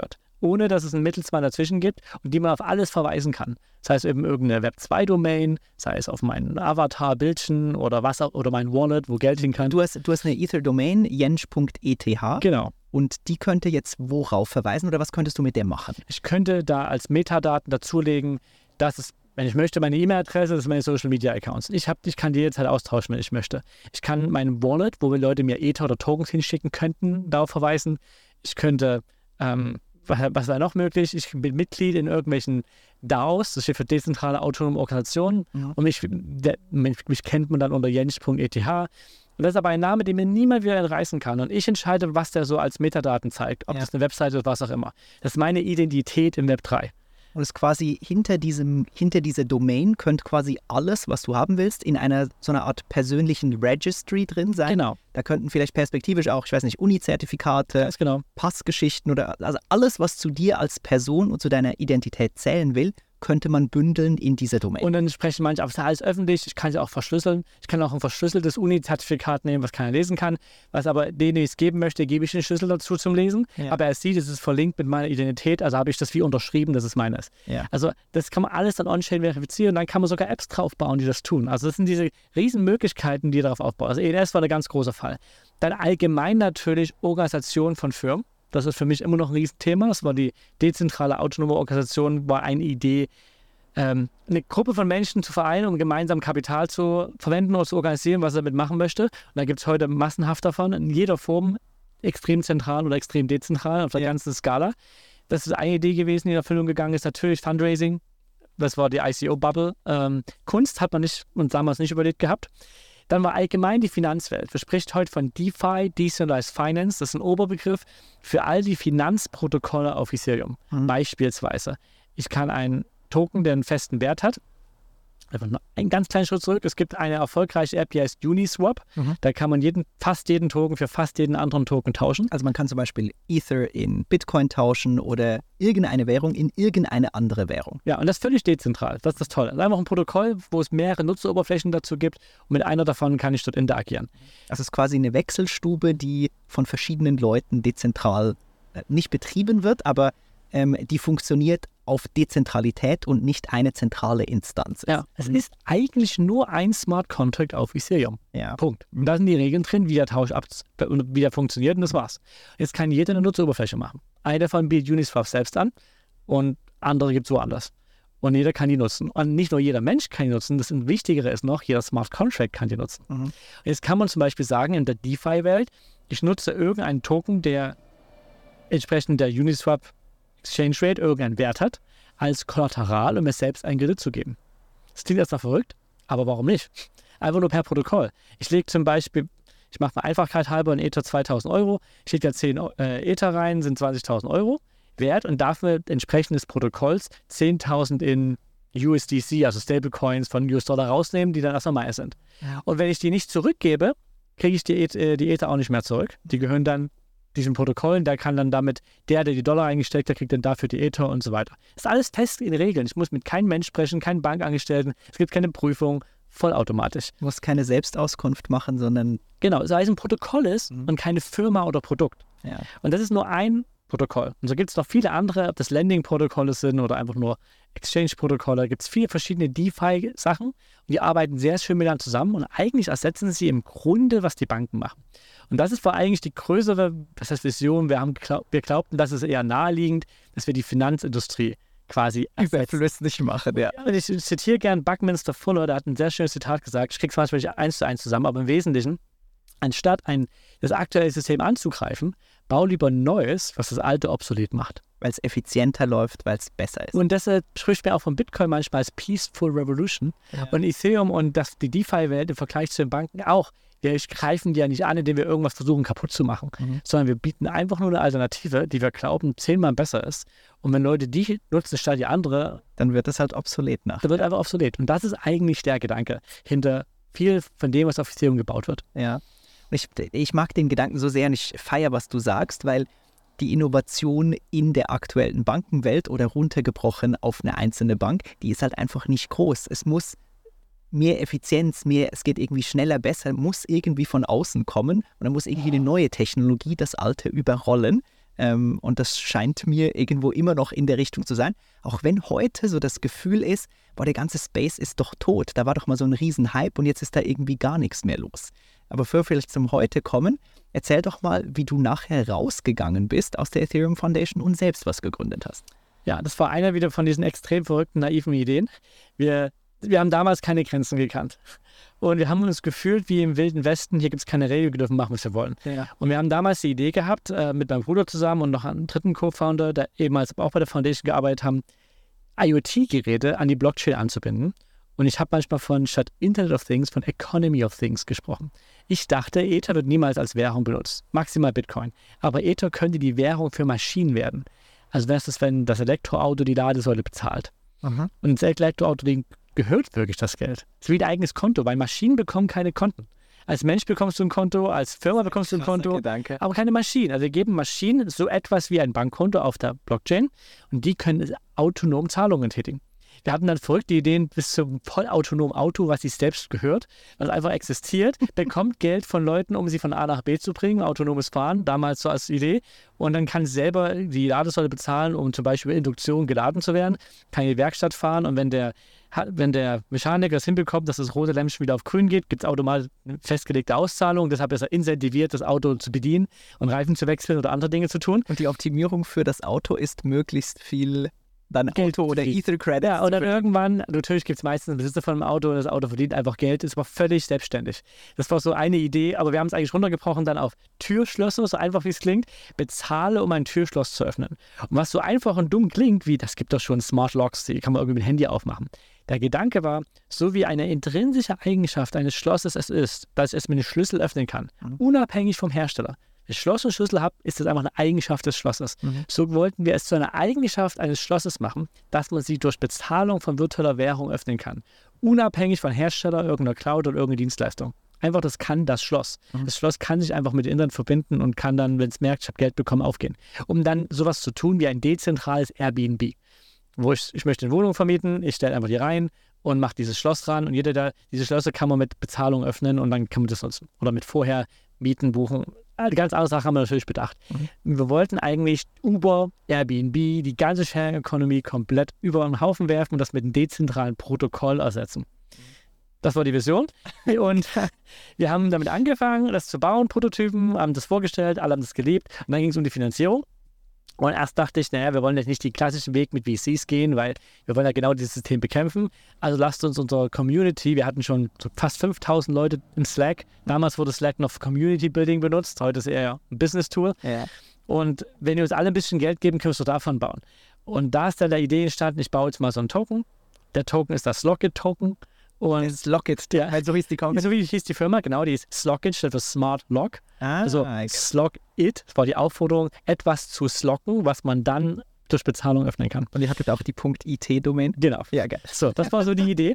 ohne dass es einen Mittelsmann dazwischen gibt und die man auf alles verweisen kann. Das heißt eben irgendeine Web zwei Domain, sei es auf meinen Avatar-Bildchen oder was auch, oder mein Wallet, wo Geld hin kann. Du hast, du hast eine Ether-Domain, jensch punkt e t h. Genau. Und die könnte jetzt worauf verweisen oder was könntest du mit der machen? Ich könnte da als Metadaten dazulegen, dass es, wenn ich möchte, meine E-Mail-Adresse, das sind meine Social-Media-Accounts. Ich, hab, ich kann die jetzt halt austauschen, wenn ich möchte. Ich kann mein Wallet, wo wir Leute mir Ether oder Tokens hinschicken könnten, darauf verweisen. Ich könnte, ähm, was, was war noch möglich? Ich bin Mitglied in irgendwelchen D A Os, das steht für dezentrale autonome Organisationen. Mhm. Und mich, der, mich, mich kennt man dann unter jensch punkt e t h. Und das ist aber ein Name, den mir niemand wieder entreißen kann. Und ich entscheide, was der so als Metadaten zeigt. Ob ja. das eine Webseite ist, was auch immer. Das ist meine Identität im Web drei. Und es ist quasi hinter diesem, hinter dieser Domain könnte quasi alles, was du haben willst, in einer so einer Art persönlichen Registry drin sein. Genau. Da könnten vielleicht perspektivisch auch, ich weiß nicht, Uni-Zertifikate, genau. Passgeschichten oder also alles, was zu dir als Person und zu deiner Identität zählen will, könnte man bündeln in dieser Domain. Und dann sprechen manche, aber es ist alles öffentlich, ich kann es auch verschlüsseln. Ich kann auch ein verschlüsseltes Uni-Zertifikat nehmen, was keiner lesen kann. Was aber denen, die es geben möchte, gebe ich den Schlüssel dazu zum Lesen. Ja. Aber er sieht, es ist verlinkt mit meiner Identität, also habe ich das wie unterschrieben, dass es meines. Ja. Also das kann man alles dann on-chain verifizieren und dann kann man sogar Apps draufbauen, die das tun. Also das sind diese riesen Möglichkeiten, die darauf aufbauen. Also E N S war der ganz große Fall. Dann allgemein natürlich Organisation von Firmen. Das ist für mich immer noch ein Riesenthema. Das war die dezentrale autonome Organisation, war eine Idee, ähm, eine Gruppe von Menschen zu vereinen, um gemeinsam Kapital zu verwenden oder zu organisieren, was er damit machen möchte. Und da gibt es heute massenhaft davon, in jeder Form, extrem zentral oder extrem dezentral, auf der ja. ganzen Skala. Das ist eine Idee gewesen, die in Erfüllung gegangen ist. Natürlich Fundraising, das war die I C O-Bubble. Ähm, Kunst hat man nicht und damals nicht überlegt gehabt. Dann war allgemein die Finanzwelt. Wir sprechen heute von DeFi, Decentralized Finance. Das ist ein Oberbegriff für all die Finanzprotokolle auf Ethereum. Mhm. Beispielsweise, ich kann einen Token, der einen festen Wert hat, einfach nur einen ganz kleinen Schritt zurück. Es gibt eine erfolgreiche App, die heißt Uniswap. Mhm. Da kann man jeden, fast jeden Token für fast jeden anderen Token tauschen. Also man kann zum Beispiel Ether in Bitcoin tauschen oder irgendeine Währung in irgendeine andere Währung. Ja, und das ist völlig dezentral. Das ist das Tolle. Das ist einfach ein Protokoll, wo es mehrere Nutzeroberflächen dazu gibt und mit einer davon kann ich dort interagieren. Das ist quasi eine Wechselstube, die von verschiedenen Leuten dezentral äh, nicht betrieben wird, aber ähm, die funktioniert auf Dezentralität und nicht eine zentrale Instanz. Ja, es ist eigentlich nur ein Smart Contract auf Ethereum. Ja. Punkt. Und da sind die Regeln drin, wie der Tausch ab, wie der funktioniert und das war's. Jetzt kann jeder eine Nutzeroberfläche machen. Eine davon bietet Uniswap selbst an und andere gibt es woanders. Und jeder kann die nutzen. Und nicht nur jeder Mensch kann die nutzen, das Wichtigere ist noch, jeder Smart Contract kann die nutzen. Mhm. Jetzt kann man zum Beispiel sagen, in der DeFi-Welt, ich nutze irgendeinen Token, der entsprechend der Uniswap Exchange Rate irgendeinen Wert hat, als Kollateral, um mir selbst einen Kredit zu geben. Das klingt erstmal verrückt, aber warum nicht? Einfach nur per Protokoll. Ich lege zum Beispiel, ich mache mal Einfachkeit halber in Ether zweitausend Euro, ich lege da zehn äh, Ether rein, sind zwanzigtausend Euro wert und darf mir entsprechend des Protokolls zehntausend in U S D C, also Stablecoins von U S-Dollar rausnehmen, die dann erstmal meine sind. Ja. Und wenn ich die nicht zurückgebe, kriege ich die, äh, die Ether auch nicht mehr zurück. Die gehören dann diesen Protokollen, der kann dann damit, der, der die Dollar eingesteckt hat, kriegt dann dafür die Ether und so weiter. Das ist alles fest in Regeln. Ich muss mit keinem Mensch sprechen, keinen Bankangestellten, es gibt keine Prüfung, vollautomatisch. Du musst keine Selbstauskunft machen, sondern... Genau, sei es ein Protokoll ist mhm. und keine Firma oder Produkt. Ja. Und das ist nur ein Protokoll. Und so gibt es noch viele andere, ob das Lending-Protokolle sind oder einfach nur Exchange-Protokolle, gibt es viele verschiedene DeFi-Sachen und die arbeiten sehr schön miteinander zusammen und eigentlich ersetzen sie im Grunde, was die Banken machen. Und das ist war eigentlich die größere, das heißt Vision, wir, haben glaub, wir glaubten, das ist eher naheliegend, dass wir die Finanzindustrie quasi überflüssig machen. Ja. Ja, ich zitiere gern Buckminster Fuller, der hat ein sehr schönes Zitat gesagt, ich kriege es manchmal nicht eins zu eins zusammen, aber im Wesentlichen, anstatt ein, das aktuelle System anzugreifen, bau lieber Neues, was das alte obsolet macht. Weil es effizienter läuft, weil es besser ist. Und deshalb spricht mir auch von Bitcoin manchmal als Peaceful Revolution. Ja. Und Ethereum und das, die DeFi-Welt im Vergleich zu den Banken auch. Wir greifen die ja nicht an, indem wir irgendwas versuchen kaputt zu machen, mhm. sondern wir bieten einfach nur eine Alternative, die wir glauben zehnmal besser ist. Und wenn Leute die nutzen statt die andere, dann wird das halt obsolet nach. Dann wird einfach obsolet. Und das ist eigentlich der Gedanke hinter viel von dem, was auf Ethereum gebaut wird. Ja. Ich, ich mag den Gedanken so sehr und ich feiere, was du sagst, weil die Innovation in der aktuellen Bankenwelt oder runtergebrochen auf eine einzelne Bank, die ist halt einfach nicht groß. Es muss mehr Effizienz, mehr, es geht irgendwie schneller, besser, muss irgendwie von außen kommen und dann muss irgendwie eine neue Technologie das alte überrollen. Ähm, und das scheint mir irgendwo immer noch in der Richtung zu sein. Auch wenn heute so das Gefühl ist, boah, der ganze Space ist doch tot. Da war doch mal so ein Riesenhype und jetzt ist da irgendwie gar nichts mehr los. Aber für vielleicht zum Heute kommen, erzähl doch mal, wie du nachher rausgegangen bist aus der Ethereum Foundation und selbst was gegründet hast. Ja, das war einer wieder von diesen extrem verrückten, naiven Ideen. Wir, wir haben damals keine Grenzen gekannt. Und wir haben uns gefühlt wie im Wilden Westen, hier gibt es keine Regeln, wir dürfen machen, was wir wollen. Ja. Und wir haben damals die Idee gehabt, äh, mit meinem Bruder zusammen und noch einem dritten Co-Founder, der ebenfalls auch bei der Foundation gearbeitet haben, IoT-Geräte an die Blockchain anzubinden. Und ich habe manchmal von statt Internet of Things, von Economy of Things gesprochen. Ich dachte, Ether wird niemals als Währung benutzt, maximal Bitcoin. Aber Ether könnte die Währung für Maschinen werden. Also wäre es, wenn das Elektroauto die Ladesäule bezahlt. Aha. Und das Elektroauto, dem gehört wirklich das Geld. Es ist wie ein eigenes Konto, weil Maschinen bekommen keine Konten. Als Mensch bekommst du ein Konto, als Firma bekommst du ein Konto, Gedanke. aber keine Maschinen. Also wir geben Maschinen so etwas wie ein Bankkonto auf der Blockchain und die können autonom Zahlungen tätigen. Wir hatten dann verrückte Ideen bis zum vollautonomen Auto, was sich selbst gehört, was einfach existiert, bekommt Geld von Leuten, um sie von A nach B zu bringen, autonomes Fahren, damals so als Idee. Und dann kann selber die Ladesäule bezahlen, um zum Beispiel Induktion geladen zu werden, kann in die Werkstatt fahren und wenn der, wenn der Mechaniker es hinbekommt, dass das rote Lämpchen wieder auf grün geht, gibt es automatisch eine festgelegte Auszahlung. Deshalb ist er incentiviert, das Auto zu bedienen und Reifen zu wechseln oder andere Dinge zu tun. Und die Optimierung für das Auto ist möglichst viel dann Geld Auto oder Ether Credits. Ja, und dann irgendwann, natürlich gibt es meistens einen Besitzer von einem Auto und das Auto verdient einfach Geld, ist aber völlig selbstständig. Das war so eine Idee, aber wir haben es eigentlich runtergebrochen dann auf Türschlösser, so einfach wie es klingt, bezahle, um ein Türschloss zu öffnen. Und was so einfach und dumm klingt, wie, das gibt doch schon Smart Locks, die kann man irgendwie mit dem Handy aufmachen. Der Gedanke war, so wie eine intrinsische Eigenschaft eines Schlosses es ist, dass ich es mit einem Schlüssel öffnen kann, mhm. unabhängig vom Hersteller. Wenn ich Schloss und Schlüssel habe, ist das einfach eine Eigenschaft des Schlosses. Mhm. So wollten wir es zu einer Eigenschaft eines Schlosses machen, dass man sie durch Bezahlung von virtueller Währung öffnen kann. Unabhängig von Hersteller, irgendeiner Cloud oder irgendeiner Dienstleistung. Einfach, das kann das Schloss. Mhm. Das Schloss kann sich einfach mit dem Internet verbinden und kann dann, wenn es merkt, ich habe Geld bekommen, aufgehen. Um dann sowas zu tun wie ein dezentrales Airbnb. Wo ich, ich möchte eine Wohnung vermieten, ich stelle einfach die rein und mache dieses Schloss ran und jeder, der diese Schlösser kann man mit Bezahlung öffnen und dann kann man das nutzen. Oder mit vorher mieten, buchen. Die ganz andere Sache haben wir natürlich bedacht. Mhm. Wir wollten eigentlich Uber, Airbnb, die ganze Sharing Economy komplett über den Haufen werfen und das mit einem dezentralen Protokoll ersetzen. Das war die Vision. Und wir haben damit angefangen, das zu bauen, Prototypen, haben das vorgestellt, alle haben das geliebt. Und dann ging es um die Finanzierung. Und erst dachte ich, naja, wir wollen jetzt nicht den klassischen Weg mit V Cs gehen, weil wir wollen ja genau dieses System bekämpfen. Also lasst uns unsere Community, wir hatten schon so fast fünftausend Leute im Slack. Damals wurde Slack noch für Community Building benutzt, heute ist eher ein Business-Tool. Ja. Und wenn ihr uns alle ein bisschen Geld geben, können wir es davon bauen. Und da ist dann der Idee entstanden, ich baue jetzt mal so einen Token. Der Token ist das Slockit-Token. Und Slockit, ja. Weil so hieß die Company. So wie hieß die Firma, genau, die ist Slockit, steht für Smart Lock. Ah, also okay. Slockit, das war die Aufforderung, etwas zu slocken, was man dann durch Bezahlung öffnen kann. Und ihr hattet auch die .it-Domain. Genau. Ja, geil. So, das war so die Idee.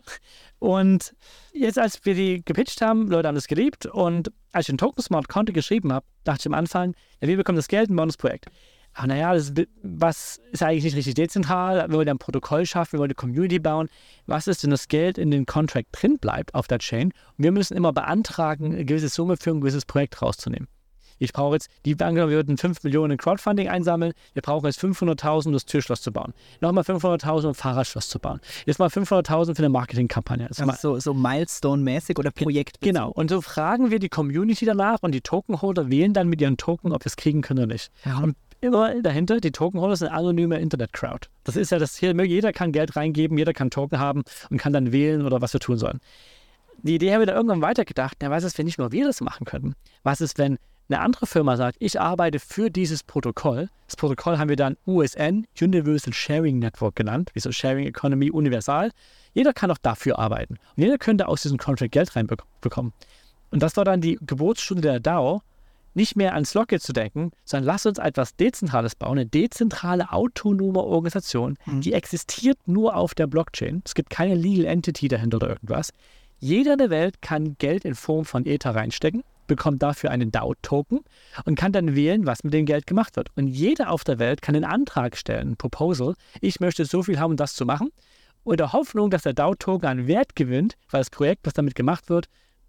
Und jetzt, als wir die gepitcht haben, Leute haben das geliebt und als ich den Token Smart Content geschrieben habe, dachte ich am Anfang, ja, wir bekommen das Geld und bauen das Projekt. Aber naja, das ist, was ist eigentlich nicht richtig dezentral? Wir wollen ein Protokoll schaffen, wir wollen eine Community bauen. Was ist, wenn das Geld in den Contract drin bleibt auf der Chain? Und wir müssen immer beantragen, eine gewisse Summe für ein gewisses Projekt rauszunehmen. Ich brauche jetzt, die angenommen, wir würden fünf Millionen Crowdfunding einsammeln, wir brauchen jetzt fünfhunderttausend, um das Türschloss zu bauen. Nochmal fünfhunderttausend, um ein Fahrradschloss zu bauen. Jetzt mal fünfhunderttausend für eine Marketingkampagne. Also so, so Milestone-mäßig oder Projekt. Genau. Und so fragen wir die Community danach und die Tokenholder wählen dann mit ihren Token, ob wir es kriegen können oder nicht. Ja. Und immer dahinter, die Tokenholder sind anonyme Internet-Crowd. Das ist ja das hier, jeder kann Geld reingeben, jeder kann Token haben und kann dann wählen oder was wir tun sollen. Die Idee haben wir dann irgendwann weitergedacht, na, was ist, wenn nicht nur wir das machen können? Was ist, wenn eine andere Firma sagt, ich arbeite für dieses Protokoll. Das Protokoll haben wir dann U S N, Universal Sharing Network genannt, wie so Sharing Economy universal. Jeder kann auch dafür arbeiten. Und jeder könnte aus diesem Contract Geld reinbekommen. Und das war dann die Geburtsstunde der DAO, nicht mehr an Slockit zu denken, sondern lass uns etwas Dezentrales bauen, eine dezentrale, autonome Organisation, mhm. die existiert nur auf der Blockchain. Es gibt keine Legal Entity dahinter oder irgendwas. Jeder in der Welt kann Geld in Form von Ether reinstecken, bekommt dafür einen DAO-Token und kann dann wählen, was mit dem Geld gemacht wird. Und jeder auf der Welt kann einen Antrag stellen, ein Proposal, ich möchte so viel haben, um das zu machen, und der Hoffnung, dass der DAO-Token an Wert gewinnt, weil das Projekt, was damit gemacht wird,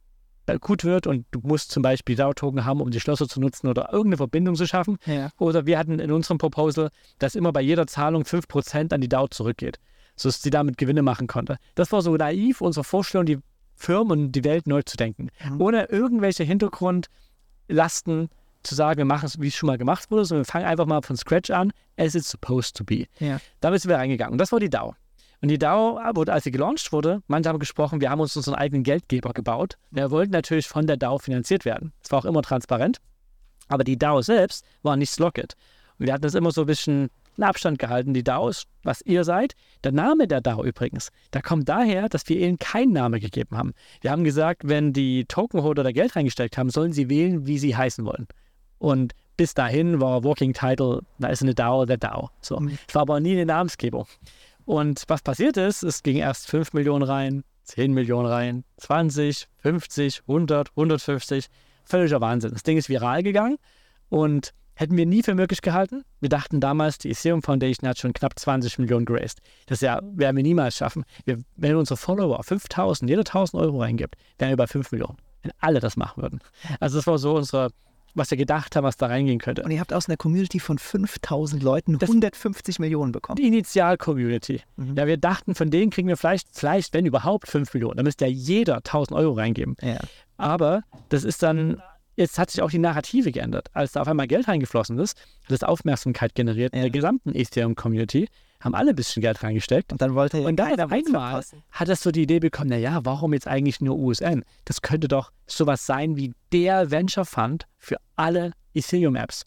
gut wird und du musst zum Beispiel D A O-Token haben, um die Schlösser zu nutzen oder irgendeine Verbindung zu schaffen. Ja. Oder wir hatten in unserem Proposal, dass immer bei jeder Zahlung fünf Prozent an die D A O zurückgeht, sodass sie damit Gewinne machen konnte. Das war so naiv, unsere Vorstellung, die Firmen und die Welt neu zu denken. Mhm. Ohne irgendwelche Hintergrundlasten zu sagen, wir machen es, wie es schon mal gemacht wurde, sondern wir fangen einfach mal von Scratch an, as it's supposed to be. Ja. Damit sind wir reingegangen. Und das war die D A O. Und die D A O wurde, als sie gelauncht wurde, manche haben gesprochen, wir haben uns unseren eigenen Geldgeber gebaut. Wir wollten natürlich von der D A O finanziert werden. Das war auch immer transparent. Aber die D A O selbst war nicht Slockit. Und wir hatten das immer so ein bisschen in Abstand gehalten. Die D A O ist, was ihr seid. Der Name der D A O übrigens, der kommt daher, dass wir ihnen keinen Namen gegeben haben. Wir haben gesagt, wenn die Tokenholder da Geld reingesteckt haben, sollen sie wählen, wie sie heißen wollen. Und bis dahin war Working Title, da ist eine D A O, der D A O. So. Mhm. Es war aber nie eine Namensgebung. Und was passiert ist, es ging erst fünf Millionen rein, zehn Millionen rein, zwanzig, fünfzig, hundert, hundertfünfzig. Völliger Wahnsinn. Das Ding ist viral gegangen und hätten wir nie für möglich gehalten. Wir dachten damals, die Ethereum Foundation hat schon knapp zwanzig Millionen geraced. Das ja, werden wir niemals schaffen. Wir, wenn unsere Follower fünftausend, jeder tausend Euro reingibt, wären wir bei fünf Millionen. Wenn alle das machen würden. Also das war so unsere, was wir gedacht haben, was da reingehen könnte. Und ihr habt aus einer Community von fünftausend Leuten das hundertfünfzig Millionen bekommen. Die Initial-Community. Mhm. Ja, wir dachten, von denen kriegen wir vielleicht, vielleicht, wenn überhaupt, fünf Millionen. Da müsste ja jeder tausend Euro reingeben. Ja. Aber das ist dann, jetzt hat sich auch die Narrative geändert. Als da auf einmal Geld reingeflossen ist, hat das Aufmerksamkeit generiert ja. in der gesamten Ethereum-Community. Haben alle ein bisschen Geld reingesteckt. Und dann wollte Und dann auf einmal hat das so die Idee bekommen, naja, warum jetzt eigentlich nur U S N? Das könnte doch sowas sein wie der Venture Fund für alle Ethereum-Apps.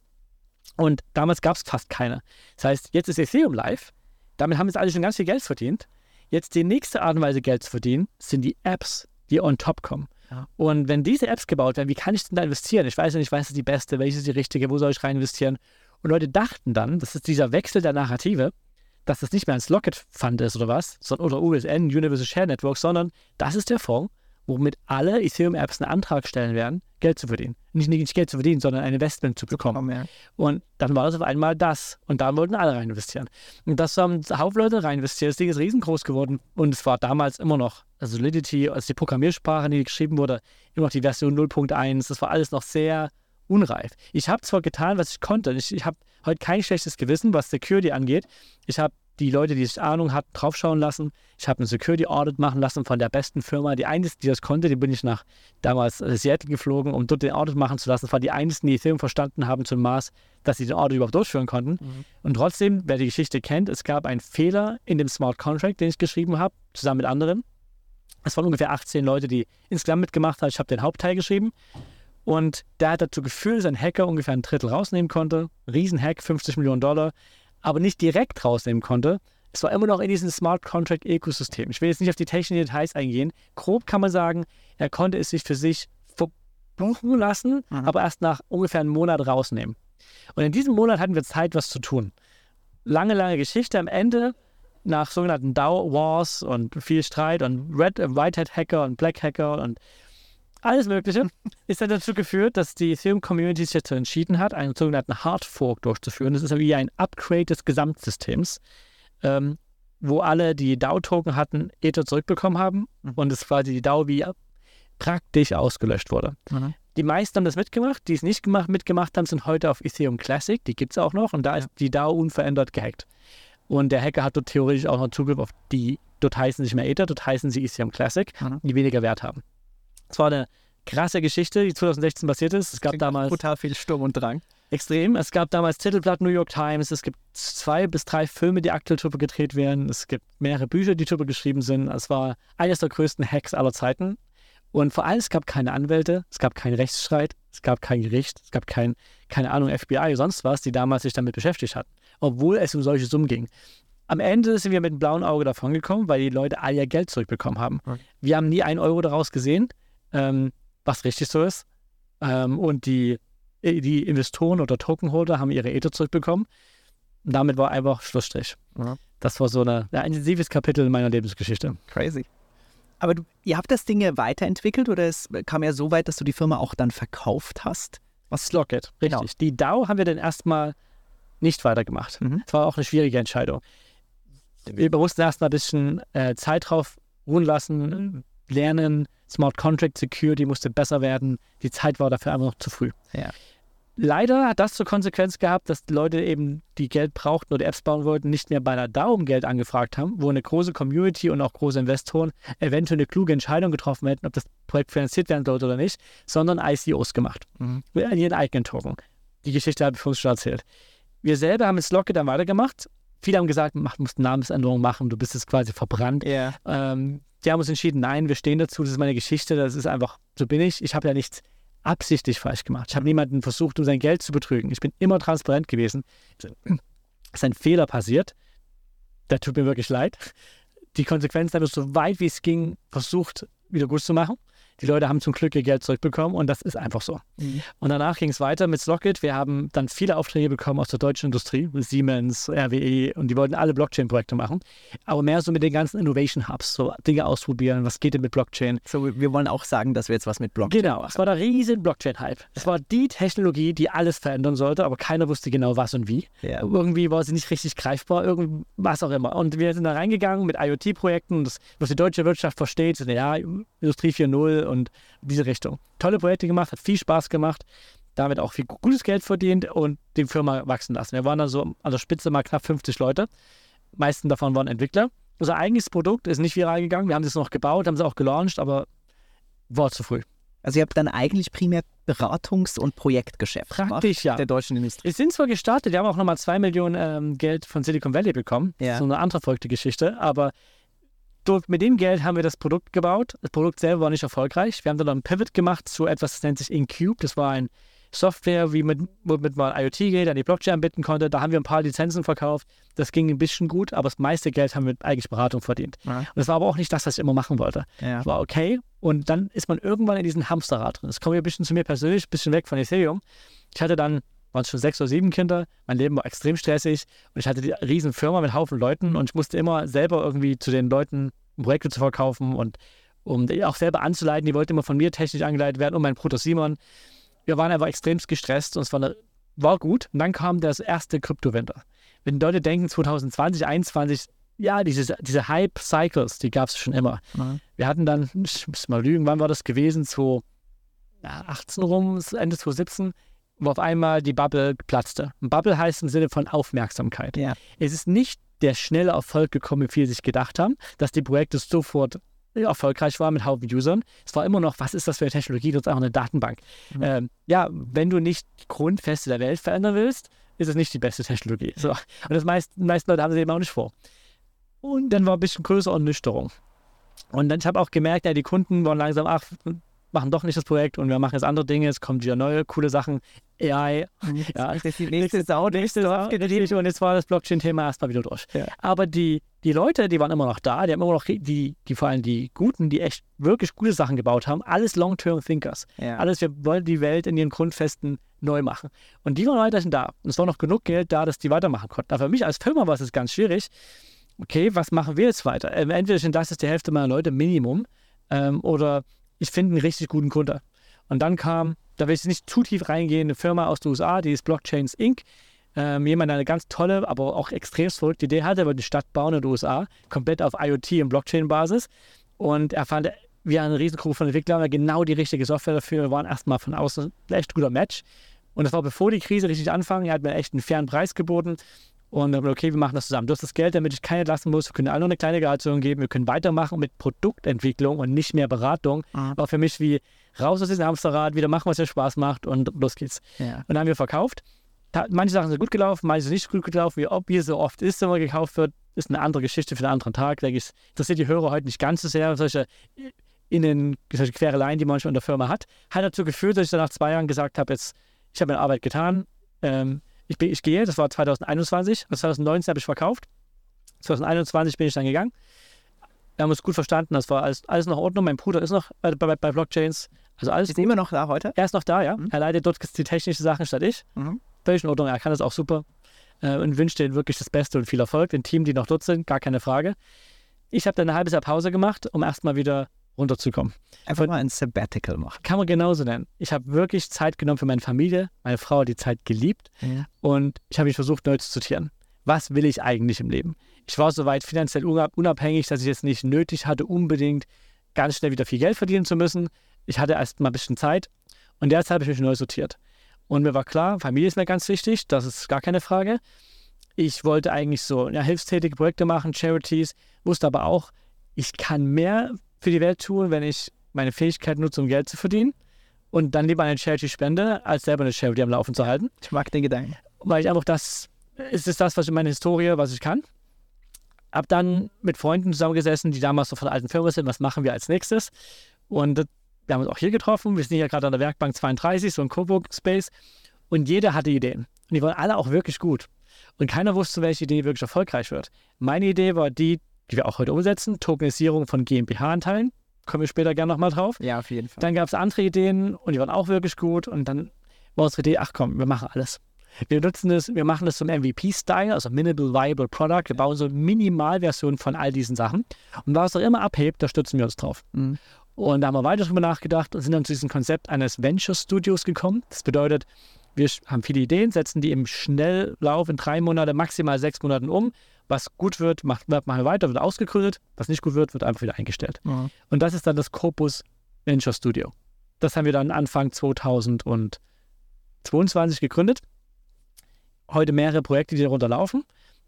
Und damals gab es fast keine. Das heißt, jetzt ist Ethereum live. Damit haben jetzt alle schon ganz viel Geld verdient. Jetzt die nächste Art und Weise, Geld zu verdienen, sind die Apps, die on top kommen. Ja. Und wenn diese Apps gebaut werden, wie kann ich denn da investieren? Ich weiß ja nicht, was ist die beste, welche ist die richtige, wo soll ich rein investieren? Und Leute dachten dann, das ist dieser Wechsel der Narrative, dass das nicht mehr ein Slockit-Fund ist oder was, sondern, oder U S N, Universal Share Network, sondern das ist der Fonds, womit alle Ethereum-Apps einen Antrag stellen werden, Geld zu verdienen. Nicht, nicht Geld zu verdienen, sondern ein Investment zu bekommen. Ja. Und dann war das auf einmal das. Und da wollten alle rein investieren. Und das haben ein Haufen Leute rein investiert. Das Ding ist riesengroß geworden. Und es war damals immer noch, also Solidity, als die Programmiersprache, die geschrieben wurde, immer noch die Version null Punkt eins. Das war alles noch sehr unreif. Ich habe zwar getan, was ich konnte. Ich, ich habe heute kein schlechtes Gewissen, was Security angeht. Ich habe die Leute, die sich Ahnung hatten, draufschauen lassen. Ich habe einen Security Audit machen lassen von der besten Firma. Die einzige, die das konnte, die bin ich nach damals Seattle geflogen, um dort den Audit machen zu lassen. Das waren die einzigen, die Ethereum verstanden haben zum Maß, dass sie den Audit überhaupt durchführen konnten. Mhm. Und trotzdem, wer die Geschichte kennt, es gab einen Fehler in dem Smart Contract, den ich geschrieben habe, zusammen mit anderen. Es waren ungefähr achtzehn Leute, die insgesamt mitgemacht haben. Ich habe den Hauptteil geschrieben. Und der hat dazu geführt, dass ein Hacker ungefähr ein Drittel rausnehmen konnte. Riesenhack, fünfzig Millionen Dollar. Aber nicht direkt rausnehmen konnte. Es war immer noch in diesem Smart Contract Ökosystem. Ich will jetzt nicht auf die technischen Details eingehen. Grob kann man sagen, er konnte es sich für sich verbuchen lassen, mhm. aber erst nach ungefähr einem Monat rausnehmen. Und in diesem Monat hatten wir Zeit, was zu tun. Lange, lange Geschichte. Am Ende, nach sogenannten D A O-Wars und viel Streit und Red, äh, Whitehead-Hacker und Black-Hacker und alles Mögliche, ist dann dazu geführt, dass die Ethereum-Community sich dazu entschieden hat, einen sogenannten Hard Fork durchzuführen. Das ist wie ein Upgrade des Gesamtsystems, ähm, wo alle, die D A O-Token hatten, Ether zurückbekommen haben mhm. und es quasi die D A O wie praktisch ausgelöscht wurde. Mhm. Die meisten haben das mitgemacht, die es nicht gemacht, mitgemacht haben, sind heute auf Ethereum Classic, die gibt es auch noch und da ist die D A O unverändert gehackt. Und der Hacker hat dort theoretisch auch noch Zugriff auf die, dort heißen sie nicht mehr Ether, dort heißen sie Ethereum Classic, mhm. die weniger Wert haben. Es war eine krasse Geschichte, die zwanzig sechzehn passiert ist. Es gab Klingt damals total viel Sturm und Drang. Extrem. Es gab damals Titelblatt New York Times. Es gibt zwei bis drei Filme, die aktuell drüber gedreht werden. Es gibt mehrere Bücher, die drüber geschrieben sind. Es war eines der größten Hacks aller Zeiten. Und vor allem, es gab keine Anwälte, es gab keinen Rechtsstreit, es gab kein Gericht, es gab kein, keine Ahnung, F B I oder sonst was, die damals sich damit beschäftigt hatten. Obwohl es um solche Summen ging. Am Ende sind wir mit einem blauen Auge davon gekommen, weil die Leute all ihr Geld zurückbekommen haben. Okay. Wir haben nie einen Euro daraus gesehen. Ähm, was richtig so ist. Ähm, und die, die Investoren oder Tokenholder haben ihre Ether zurückbekommen. Und damit war einfach Schlussstrich. Ja. Das war so eine, ein intensives Kapitel in meiner Lebensgeschichte. Crazy. Aber du, ihr habt das Ding ja weiterentwickelt oder es kam ja so weit, dass du die Firma auch dann verkauft hast? Was Slockit, richtig. Genau. Die D A O haben wir dann erstmal nicht weitergemacht. Mhm. Das war auch eine schwierige Entscheidung. Wir mussten erstmal ein bisschen äh, Zeit drauf ruhen lassen, lernen, Smart Contract Security musste besser werden. Die Zeit war dafür einfach noch zu früh. Ja. Leider hat das zur Konsequenz gehabt, dass die Leute eben, die Geld brauchten oder Apps bauen wollten, nicht mehr bei einer D A O um Geld angefragt haben, wo eine große Community und auch große Investoren eventuell eine kluge Entscheidung getroffen hätten, ob das Projekt finanziert werden sollte oder nicht, sondern I C Os gemacht. Mhm. Mit ihren eigenen Token. Die Geschichte habe ich uns schon erzählt. Wir selber haben jetzt Locket dann weitergemacht. Viele haben gesagt, mach, du musst eine Namensänderung machen, du bist jetzt quasi verbrannt. Yeah. Ähm, die haben uns entschieden, nein, wir stehen dazu, das ist meine Geschichte, das ist einfach, so bin ich. Ich habe ja nichts absichtlich falsch gemacht. Ich habe niemanden versucht, um sein Geld zu betrügen. Ich bin immer transparent gewesen. Es ist ein Fehler passiert. Der tut mir wirklich leid. Die Konsequenzen habe ich so weit wie es ging versucht, wieder gut zu machen. Die Leute haben zum Glück ihr Geld zurückbekommen und das ist einfach so. Mhm. Und danach ging es weiter mit Slockit. Wir haben dann viele Aufträge bekommen aus der deutschen Industrie, Siemens, R W E, und die wollten alle Blockchain-Projekte machen. Aber mehr so mit den ganzen Innovation-Hubs, so Dinge ausprobieren, was geht denn mit Blockchain. So, wir wollen auch sagen, dass wir jetzt was mit Blockchain Genau, machen. Es war der riesen Blockchain-Hype. Es war die Technologie, die alles verändern sollte, aber keiner wusste genau was und wie. Ja. Irgendwie war sie nicht richtig greifbar, irgendwas auch immer. Und wir sind da reingegangen mit IoT-Projekten, das, was die deutsche Wirtschaft versteht, so, ja, Industrie vier Punkt null und diese Richtung. Tolle Projekte gemacht, hat viel Spaß gemacht, damit auch viel gutes Geld verdient und die Firma wachsen lassen. Wir waren dann so an der Spitze mal knapp fünfzig Leute. Die meisten davon waren Entwickler. Unser eigenes Produkt ist nicht viral gegangen. Wir haben es noch gebaut, haben es auch gelauncht, aber war zu früh. Also ihr habt dann eigentlich primär Beratungs- und Projektgeschäft Praktisch, ja. Der deutschen Industrie. Wir sind zwar gestartet, wir haben auch nochmal zwei Millionen ähm, Geld von Silicon Valley bekommen. Ja. Das ist so eine andere verrückte Geschichte, aber Durch, mit dem Geld haben wir das Produkt gebaut. Das Produkt selber war nicht erfolgreich. Wir haben dann einen Pivot gemacht zu etwas, das nennt sich Incube. Das war eine Software, wie mit, womit man IoT geht, an die Blockchain anbinden konnte. Da haben wir ein paar Lizenzen verkauft. Das ging ein bisschen gut, aber das meiste Geld haben wir mit eigentlich Beratung verdient. Ja. Und das war aber auch nicht das, was ich immer machen wollte. Ja. Das war okay. Und dann ist man irgendwann in diesem Hamsterrad drin. Das kommt ein bisschen zu mir persönlich, ein bisschen weg von Ethereum. Ich hatte dann waren es schon sechs oder sieben Kinder. Mein Leben war extrem stressig und ich hatte die riesen Firma mit Haufen Leuten und ich musste immer selber irgendwie zu den Leuten Projekte zu verkaufen und um die auch selber anzuleiten. Die wollten immer von mir technisch angeleitet werden und mein Bruder Simon. Wir waren einfach extrem gestresst und es war, eine, war gut. Und dann kam das erste Krypto-Winter. Wenn Leute denken, zwanzig zwanzig, zwanzig einundzwanzig, ja, diese, diese Hype-Cycles, die gab es schon immer. Mhm. Wir hatten dann, ich muss mal lügen, wann war das gewesen? zwanzig achtzehn rum, Ende zwanzig siebzehn, wo auf einmal die Bubble platzte. Und Bubble heißt im Sinne von Aufmerksamkeit. Ja. Es ist nicht der schnelle Erfolg gekommen, wie viele sich gedacht haben, dass die Projekte sofort erfolgreich waren mit Haufen Usern. Es war immer noch, was ist das für eine Technologie? Das ist auch eine Datenbank. Mhm. Ähm, ja, wenn du nicht die Grundfeste der Welt verändern willst, ist es nicht die beste Technologie. So. Und das meist, die meisten Leute haben sie eben auch nicht vor. Und dann war ein bisschen größere Ernüchterung. Und dann, ich habe auch gemerkt, ja, die Kunden waren langsam, ach, machen doch nicht das Projekt und wir machen jetzt andere Dinge, es kommen wieder neue, coole Sachen, A I, ja, das ist die nächste Sau, nächste Sau, und jetzt war das Blockchain-Thema erstmal wieder durch. Ja. Aber die, die Leute, die waren immer noch da, die haben immer noch, die, die vor allem die Guten, die echt wirklich gute Sachen gebaut haben, alles Long-Term-Thinkers. Ja. Alles, wir wollen die Welt in ihren Grundfesten neu machen. Und die waren weiterhin da. Und es war noch genug Geld da, dass die weitermachen konnten. Aber für mich als Firma war es ganz schwierig. Okay, was machen wir jetzt weiter? Ähm, entweder sind das die Hälfte meiner Leute, Minimum, ähm, oder ich finde einen richtig guten Kunden. Und dann kam, da will ich nicht zu tief reingehen, eine Firma aus den U S A, die ist Blockchains Incorporated. Ähm, jemand, der eine ganz tolle, aber auch extrem verrückte Idee hatte, über die Stadt bauen in den U S A, komplett auf IoT und Blockchain-Basis. Und er fand, wir haben eine Riesengruppe von Entwicklern, genau die richtige Software dafür. Wir waren erstmal von außen ein echt guter Match. Und das war bevor die Krise richtig anfing. Er hat mir echt einen fairen Preis geboten. Und dann, okay, wir machen das zusammen. Du hast das Geld, damit ich keine lassen muss. Wir können alle noch eine kleine Gehaltserhöhung geben. Wir können weitermachen mit Produktentwicklung und nicht mehr Beratung. Mhm. War für mich wie raus aus diesem Hamsterrad, wieder machen, was dir Spaß macht und los geht's. Ja. Und dann haben wir verkauft. Da, manche Sachen sind gut gelaufen, manche sind nicht gut gelaufen. Wie ob hier so oft ist, wenn man gekauft wird, ist eine andere Geschichte für einen anderen Tag. Denke ich, interessiert die Hörer heute nicht ganz so sehr. Solche innen, solche Quereleien, die man manchmal in der Firma hat, hat dazu geführt, dass ich dann nach zwei Jahren gesagt habe, jetzt, ich habe meine Arbeit getan. Ähm, Ich, bin, ich gehe, das war zwanzig einundzwanzig, und zwanzig neunzehn habe ich verkauft. zwanzig einundzwanzig bin ich dann gegangen. Wir haben uns gut verstanden, das war alles, alles noch in Ordnung. Mein Bruder ist noch bei, bei, bei Blockchains. Also alles ist immer noch da heute? Er ist noch da, ja. Mhm. Er leitet dort die technischen Sachen statt ich. Mhm. Völlig in Ordnung, er kann das auch super. Äh, und wünsche denen wirklich das Beste und viel Erfolg. Den Team, die noch dort sind, gar keine Frage. Ich habe dann ein halbes Jahr Pause gemacht, um erstmal wieder runterzukommen. Einfach mal ein Sabbatical machen. Kann man genauso nennen. Ich habe wirklich Zeit genommen für meine Familie. Meine Frau hat die Zeit geliebt. Ja. Und ich habe mich versucht, neu zu sortieren. Was will ich eigentlich im Leben? Ich war soweit finanziell unabhängig, dass ich es nicht nötig hatte, unbedingt ganz schnell wieder viel Geld verdienen zu müssen. Ich hatte erst mal ein bisschen Zeit und derzeit habe ich mich neu sortiert. Und mir war klar, Familie ist mir ganz wichtig, das ist gar keine Frage. Ich wollte eigentlich so ja, hilfstätige Projekte machen, Charities, wusste aber auch, ich kann mehr für die Welt tun, wenn ich meine Fähigkeit nutze, um Geld zu verdienen und dann lieber eine Charity spende, als selber eine Charity am Laufen zu halten. Ich mag den Gedanken. Weil ich einfach das, ist es das, was in meiner Historie, was ich kann. Hab dann mit Freunden zusammengesessen, die damals noch von der alten Firma sind, was machen wir als nächstes? Und wir haben uns auch hier getroffen, wir sind hier gerade an der Werkbank zweiunddreißig, so ein Coworking-Space und jeder hatte Ideen. Und die waren alle auch wirklich gut. Und keiner wusste, welche Idee wirklich erfolgreich wird. Meine Idee war die, die wir auch heute umsetzen, Tokenisierung von GmbH-Anteilen. Kommen wir später gerne nochmal drauf. Ja, auf jeden Fall. Dann gab es andere Ideen und die waren auch wirklich gut. Und dann war unsere Idee, ach komm, wir machen alles. Wir nutzen es, wir machen das zum M V P-Style, also Minimal Viable Product. Wir bauen so eine Minimalversion von all diesen Sachen. Und was auch immer abhebt, da stützen wir uns drauf. Mhm. Und da haben wir weiter drüber nachgedacht und sind dann zu diesem Konzept eines Venture Studios gekommen. Das bedeutet, wir haben viele Ideen, setzen die im Schnelllauf in drei Monate, maximal sechs Monaten um. Was gut wird, macht, machen wir weiter, wird ausgegründet. Was nicht gut wird, wird einfach wieder eingestellt. Mhm. Und das ist dann das Corpus Venture Studio. Das haben wir dann Anfang zweitausendzweiundzwanzig gegründet. Heute mehrere Projekte, die darunter laufen.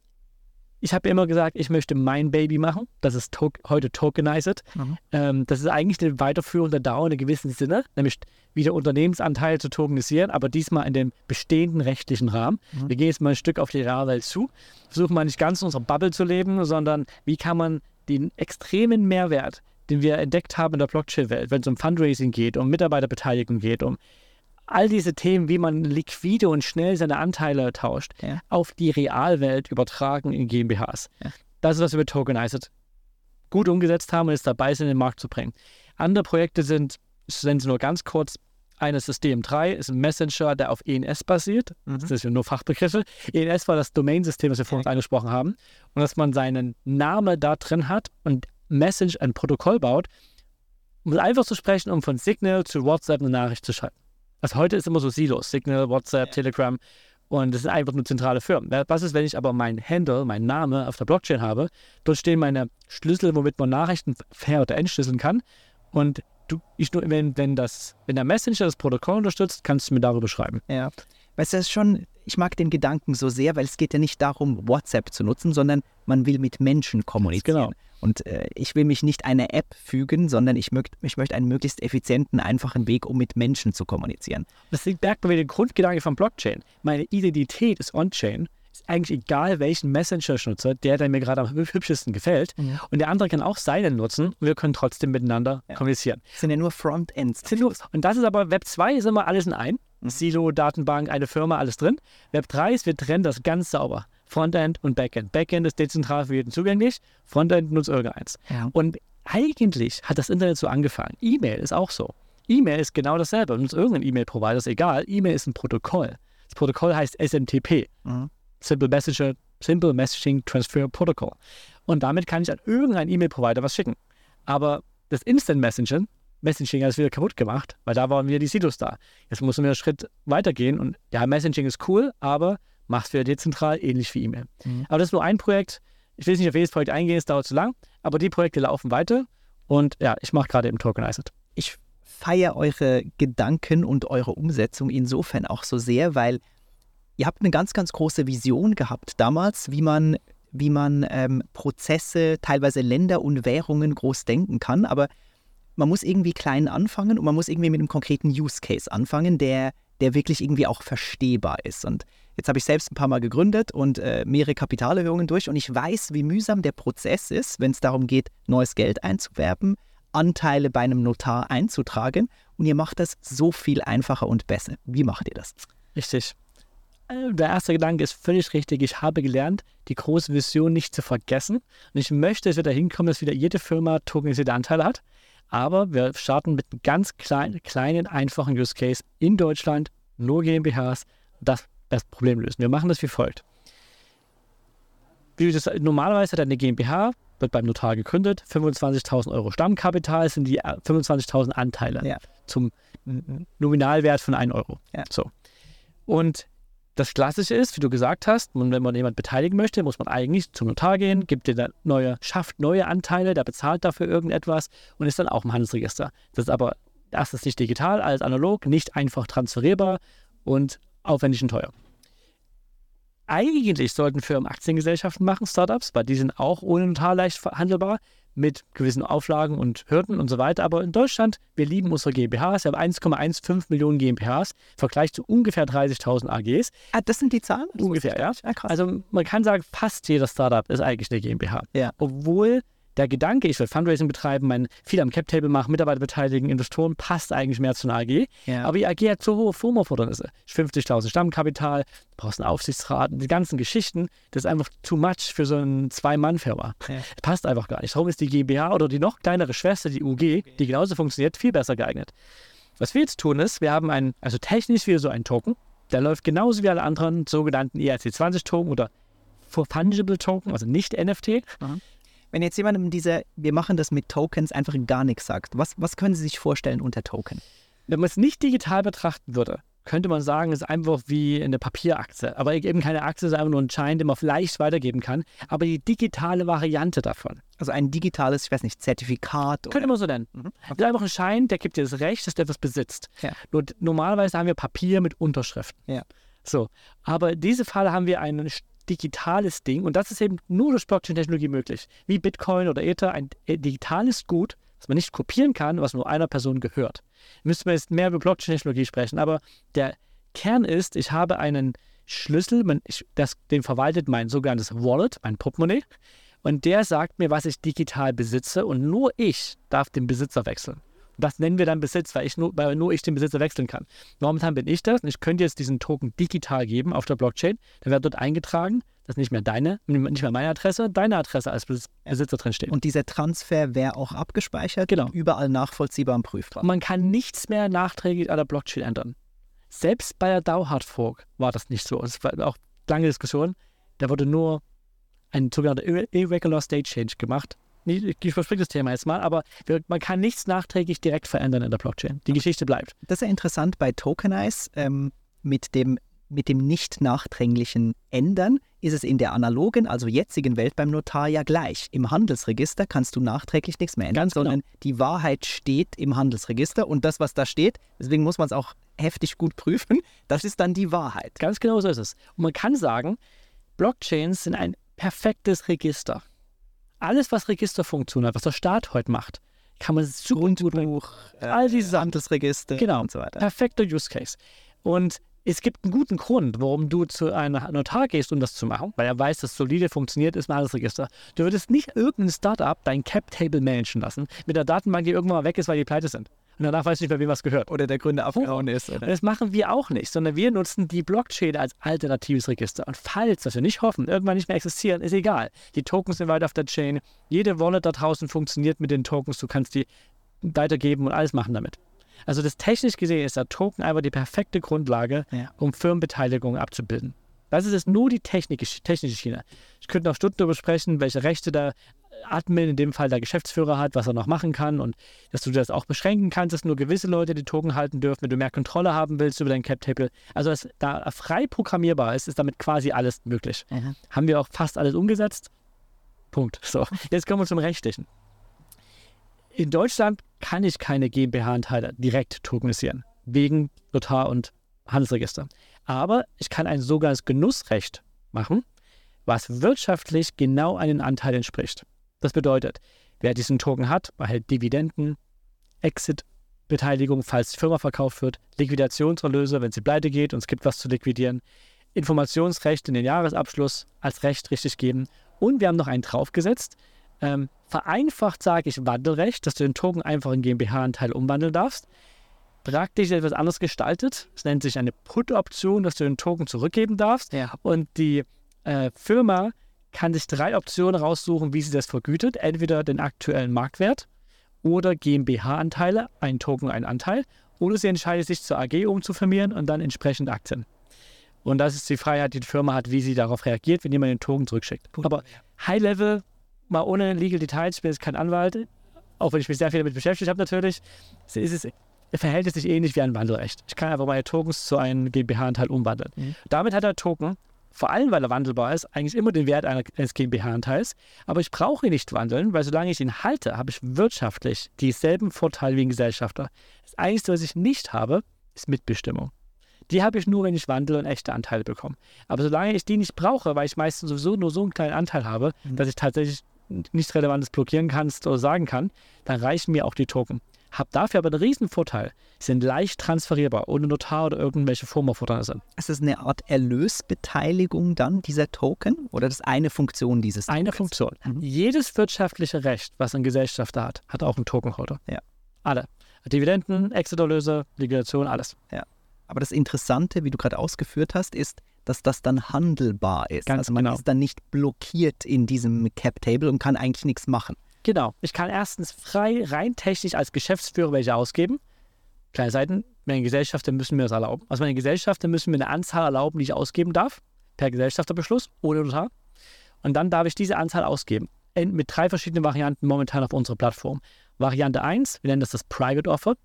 Ich habe immer gesagt, ich möchte mein Baby machen. Das ist to- heute Tokenized. Mhm. Ähm, das ist eigentlich eine Weiterführung der D A O in einem gewissen Sinne, nämlich wieder Unternehmensanteile zu tokenisieren, aber diesmal in dem bestehenden rechtlichen Rahmen. Mhm. Wir gehen jetzt mal ein Stück auf die Realwelt zu, versuchen mal nicht ganz in unserer Bubble zu leben, sondern wie kann man den extremen Mehrwert, den wir entdeckt haben in der Blockchain-Welt, wenn es um Fundraising geht, um Mitarbeiterbeteiligung geht, um all diese Themen, wie man liquide und schnell seine Anteile tauscht, ja. auf die Realwelt übertragen in GmbHs. Ja. Das ist, was wir mit Tokenized gut umgesetzt haben und es dabei sind, in den Markt zu bringen. Andere Projekte sind, ich nenne sie nur ganz kurz, eines ist D M drei, ist ein Messenger, der auf E N S basiert. Mhm. Das sind nur Fachbegriffe. E N S war das Domainsystem, das wir vorhin ja. angesprochen haben. Und dass man seinen Namen da drin hat und Message ein Protokoll baut, um einfach zu sprechen, um von Signal zu WhatsApp eine Nachricht zu schreiben. Also heute ist immer so Silos, Signal, WhatsApp, ja. Telegram und das sind einfach nur zentrale Firmen. Was ist, wenn ich aber meinen Handle, meinen Namen auf der Blockchain habe? Dort stehen meine Schlüssel, womit man Nachrichten ver- oder entschlüsseln kann und du, ich nur, wenn, wenn, das, wenn der Messenger das Protokoll unterstützt, kannst du mir darüber schreiben. Ja, weißt du, das ist schon, ich mag den Gedanken so sehr, weil es geht ja nicht darum, WhatsApp zu nutzen, sondern man will mit Menschen kommunizieren. Genau. Und äh, ich will mich nicht einer App fügen, sondern ich, möcht, ich möchte einen möglichst effizienten, einfachen Weg, um mit Menschen zu kommunizieren. Das merkt man wieder den Grundgedanke von Blockchain. Meine Identität ist on-chain. Ist eigentlich egal, welchen Messenger ich nutze, der, der mir gerade am hübschesten gefällt. Mhm. Und der andere kann auch seinen nutzen und wir können trotzdem miteinander ja. kommunizieren. Das sind ja nur Frontends. Und das ist aber, Web zwei ist immer alles in ein. Mhm. Silo, Datenbank, eine Firma, alles drin. Web drei ist, wir trennen das ganz sauber. Frontend und Backend. Backend ist dezentral für jeden zugänglich. Frontend nutzt irgendeins. Ja. Und eigentlich hat das Internet so angefangen. E-Mail ist auch so. E-Mail ist genau dasselbe. Nutzt irgendein E-Mail-Provider, ist egal. E-Mail ist ein Protokoll. Das Protokoll heißt S M T P. Mhm. Simple, Messenger, Simple Messaging Transfer Protocol. Und damit kann ich an irgendeinen E-Mail-Provider was schicken. Aber das Instant Messaging, Messaging hat es wieder kaputt gemacht, weil da waren wieder die Silos da. Jetzt müssen wir einen Schritt weitergehen und ja, Messaging ist cool, aber macht es wieder dezentral, ähnlich wie E-Mail. Mhm. Aber das ist nur ein Projekt. Ich will nicht auf jedes Projekt eingehen, es dauert zu lang, aber die Projekte laufen weiter und ja, ich mache gerade eben Tokenized. Ich feiere eure Gedanken und eure Umsetzung insofern auch so sehr, weil ihr habt eine ganz, ganz große Vision gehabt damals, wie man, wie man ähm, Prozesse, teilweise Länder und Währungen groß denken kann, aber man muss irgendwie klein anfangen und man muss irgendwie mit einem konkreten Use Case anfangen, der, der wirklich irgendwie auch verstehbar ist. Und jetzt habe ich selbst ein paar Mal gegründet und äh, mehrere Kapitalerhöhungen durch und ich weiß, wie mühsam der Prozess ist, wenn es darum geht, neues Geld einzuwerben, Anteile bei einem Notar einzutragen und ihr macht das so viel einfacher und besser. Wie macht ihr das? Richtig. Der erste Gedanke ist völlig richtig. Ich habe gelernt, die große Vision nicht zu vergessen. Und ich möchte, dass wir dahin kommen, dass wieder jede Firma tokenisierte Anteile hat. Aber wir starten mit einem ganz kleinen, kleinen, einfachen Use Case in Deutschland, nur GmbHs, das das Problem lösen. Wir machen das wie folgt. Wie das, normalerweise hat eine GmbH, wird beim Notar gegründet, fünfundzwanzigtausend Euro Stammkapital sind die fünfundzwanzigtausend Anteile ja. zum Nominalwert von einem Euro. Ja. So. Und Das Klassische ist, wie du gesagt hast, wenn man jemanden beteiligen möchte, muss man eigentlich zum Notar gehen, gibt dir dann neue, schafft neue Anteile, der bezahlt dafür irgendetwas und ist dann auch im Handelsregister. Das ist aber erstens nicht digital, alles analog, nicht einfach transferierbar und aufwendig und teuer. Eigentlich sollten Firmen Aktiengesellschaften machen, Startups, weil die sind auch ohne Notar leicht handelbar, mit gewissen Auflagen und Hürden und so weiter. Aber in Deutschland, wir lieben unsere GmbHs. Wir haben eins Komma fünfzehn Millionen GmbHs im Vergleich zu ungefähr dreißigtausend A Gs. Ah, das sind die Zahlen? Das ungefähr, ja. ja krass. Also man kann sagen, fast jeder Startup ist eigentlich eine GmbH. Ja. Obwohl der Gedanke, ich will Fundraising betreiben, mein, viel am Cap-Table machen, Mitarbeiter beteiligen, Investoren, passt eigentlich mehr zu einer A G. Ja. Aber die A G hat so hohe Firmenerfordernisse. fünfzigtausend Stammkapital, du brauchst einen Aufsichtsrat, die ganzen Geschichten, das ist einfach too much für so eine Zwei-Mann-Firma. Ja. Das passt einfach gar nicht. Darum ist die GmbH oder die noch kleinere Schwester, die U G, die genauso funktioniert, viel besser geeignet. Was wir jetzt tun ist, wir haben einen, also technisch wie so einen Token, der läuft genauso wie alle anderen sogenannten E R C zwanzig Token oder for Fungible Token, also nicht N F T. Mhm. Wenn jetzt jemandem diese, wir machen das mit Tokens, einfach gar nichts sagt, was, was können Sie sich vorstellen unter Token? Wenn man es nicht digital betrachten würde, könnte man sagen, es ist einfach wie eine Papieraktie. Aber eben keine Aktie, es ist einfach nur ein Schein, den man leicht weitergeben kann. Aber die digitale Variante davon. Also ein digitales, ich weiß nicht, Zertifikat? Könnte man so nennen. Mhm. Okay. Das ist einfach ein Schein, der gibt dir das Recht, dass du etwas besitzt. Ja. Nur, normalerweise haben wir Papier mit Unterschriften. Ja. So. Aber in diesem Fall haben wir einen digitales Ding und das ist eben nur durch Blockchain-Technologie möglich. Wie Bitcoin oder Ether, ein digitales Gut, was man nicht kopieren kann, was nur einer Person gehört. Müssten wir jetzt mehr über Blockchain-Technologie sprechen, aber der Kern ist, ich habe einen Schlüssel, man, ich, das, den verwaltet mein sogenanntes Wallet, mein Portemonnaie, und der sagt mir, was ich digital besitze und nur ich darf den Besitzer wechseln. Und das nennen wir dann Besitz, weil, ich nur, weil nur ich den Besitzer wechseln kann. Momentan bin ich das und ich könnte jetzt diesen Token digital geben auf der Blockchain. Dann wird dort eingetragen, dass nicht mehr deine, nicht mehr meine Adresse, deine Adresse als Besitzer drin steht. Und dieser Transfer wäre auch abgespeichert, genau. Und überall nachvollziehbar und prüfbar. Und man kann nichts mehr nachträglich an der Blockchain ändern. Selbst bei der DAO Hard Fork war das nicht so. Es war auch lange Diskussion. Da wurde nur ein sogenannter Irregular State Change gemacht. Ich überspringe das Thema jetzt mal, aber man kann nichts nachträglich direkt verändern in der Blockchain. Die Geschichte bleibt. Das ist ja interessant bei Tokenize. Ähm, mit dem, mit dem nicht nachträglichen Ändern ist es in der analogen, also jetzigen Welt beim Notar ja gleich. Im Handelsregister kannst du nachträglich nichts mehr ändern, Ganz genau. sondern die Wahrheit steht im Handelsregister und das, was da steht, deswegen muss man es auch heftig gut prüfen, das ist dann die Wahrheit. Ganz genau so ist es. Und man kann sagen, Blockchains sind ein perfektes Register. Alles, was Registerfunktion hat, was der Staat heute macht, kann man super gut machen. Äh, all diese Handelsregister genau, und so weiter. Perfekter Use Case. Und es gibt einen guten Grund, warum du zu einem Notar gehst, um das zu machen, weil er weiß, dass es solide funktioniert, ist ein Handelsregister. Du würdest nicht irgendein Startup dein Cap-Table managen lassen mit der Datenbank, die irgendwann mal weg ist, weil die pleite sind. Und danach weißt du nicht mehr, wem was gehört. Oder der Gründer abgehauen ist. Oder? Und das machen wir auch nicht, sondern wir nutzen die Blockchain als alternatives Register. Und falls, was wir nicht hoffen, irgendwann nicht mehr existieren, ist egal. Die Tokens sind weiter auf der Chain. Jede Wallet da draußen funktioniert mit den Tokens. Du kannst die weitergeben und alles machen damit. Also das technisch gesehen ist der Token einfach die perfekte Grundlage, ja. um Firmenbeteiligung abzubilden. Das ist jetzt nur die Technik, technische Schiene. Ich könnte noch Stunden darüber sprechen, welche Rechte der Admin, in dem Fall der Geschäftsführer hat, was er noch machen kann und dass du das auch beschränken kannst, dass nur gewisse Leute die Token halten dürfen, wenn du mehr Kontrolle haben willst über dein Cap-Table. Also dass da frei programmierbar ist, ist damit quasi alles möglich. Mhm. Haben wir auch fast alles umgesetzt. Punkt. So, jetzt kommen wir zum Rechtlichen. In Deutschland kann ich keine GmbH-Anteile direkt tokenisieren, wegen Notar und Handelsregister. Aber ich kann ein sogenanntes Genussrecht machen, was wirtschaftlich genau einen Anteil entspricht. Das bedeutet, wer diesen Token hat, erhält Dividenden, Exit-Beteiligung, falls die Firma verkauft wird, Liquidationserlöse, wenn sie pleite geht und es gibt was zu liquidieren, Informationsrecht in den Jahresabschluss als Recht richtig geben und wir haben noch einen draufgesetzt. Ähm, vereinfacht sage ich Wandelrecht, dass du den Token einfach in GmbH-Anteil umwandeln darfst. Praktisch etwas anders gestaltet. Es nennt sich eine Put-Option, dass du den Token zurückgeben darfst. Ja. Und die äh, Firma kann sich drei Optionen raussuchen, wie sie das vergütet. Entweder den aktuellen Marktwert oder GmbH-Anteile, ein Token, ein Anteil. Oder sie entscheidet sich zur A G umzufirmieren und dann entsprechend Aktien. Und das ist die Freiheit, die die Firma hat, wie sie darauf reagiert, wenn jemand den Token zurückschickt. Aber High-Level, mal ohne Legal Details, ich bin jetzt kein Anwalt, auch wenn ich mich sehr viel damit beschäftigt habe natürlich, ist es verhält es sich ähnlich wie ein Wandelrecht. Ich kann einfach meine Tokens zu einem GmbH-Anteil umwandeln. Mhm. Damit hat der Token, vor allem weil er wandelbar ist, eigentlich immer den Wert eines GmbH-Anteils. Aber ich brauche ihn nicht wandeln, weil solange ich ihn halte, habe ich wirtschaftlich dieselben Vorteile wie ein Gesellschafter. Das Einzige, was ich nicht habe, ist Mitbestimmung. Die habe ich nur, wenn ich wandle und echte Anteile bekomme. Aber solange ich die nicht brauche, weil ich meistens sowieso nur so einen kleinen Anteil habe, mhm. dass ich tatsächlich nichts Relevantes blockieren kann oder sagen kann, dann reichen mir auch die Token. Hab dafür aber einen riesen Vorteil. Sie sind leicht transferierbar, ohne Notar oder irgendwelche Vormervordernisse. Ist das eine Art Erlösbeteiligung dann, dieser Token? Oder das ist eine Funktion dieses Tokens? Eine Funktion. Mhm. Jedes wirtschaftliche Recht, was ein Gesellschafter hat, hat auch einen Tokenholder. Ja. Alle. Dividenden, Exit-Erlöse, Liquidation, alles. Ja. Aber das Interessante, wie du gerade ausgeführt hast, ist, dass das dann handelbar ist. Ganz also man genau. ist dann nicht blockiert in diesem Cap-Table und kann eigentlich nichts machen. Genau. Ich kann erstens frei, rein technisch als Geschäftsführer welche ausgeben. Kleine Seiten, meine Gesellschafter müssen mir das erlauben. Also meine Gesellschafter müssen mir eine Anzahl erlauben, die ich ausgeben darf, per Gesellschafterbeschluss ohne Notar. Und dann darf ich diese Anzahl ausgeben. Mit drei verschiedenen Varianten momentan auf unserer Plattform. Variante eins, wir nennen das das Private Offer.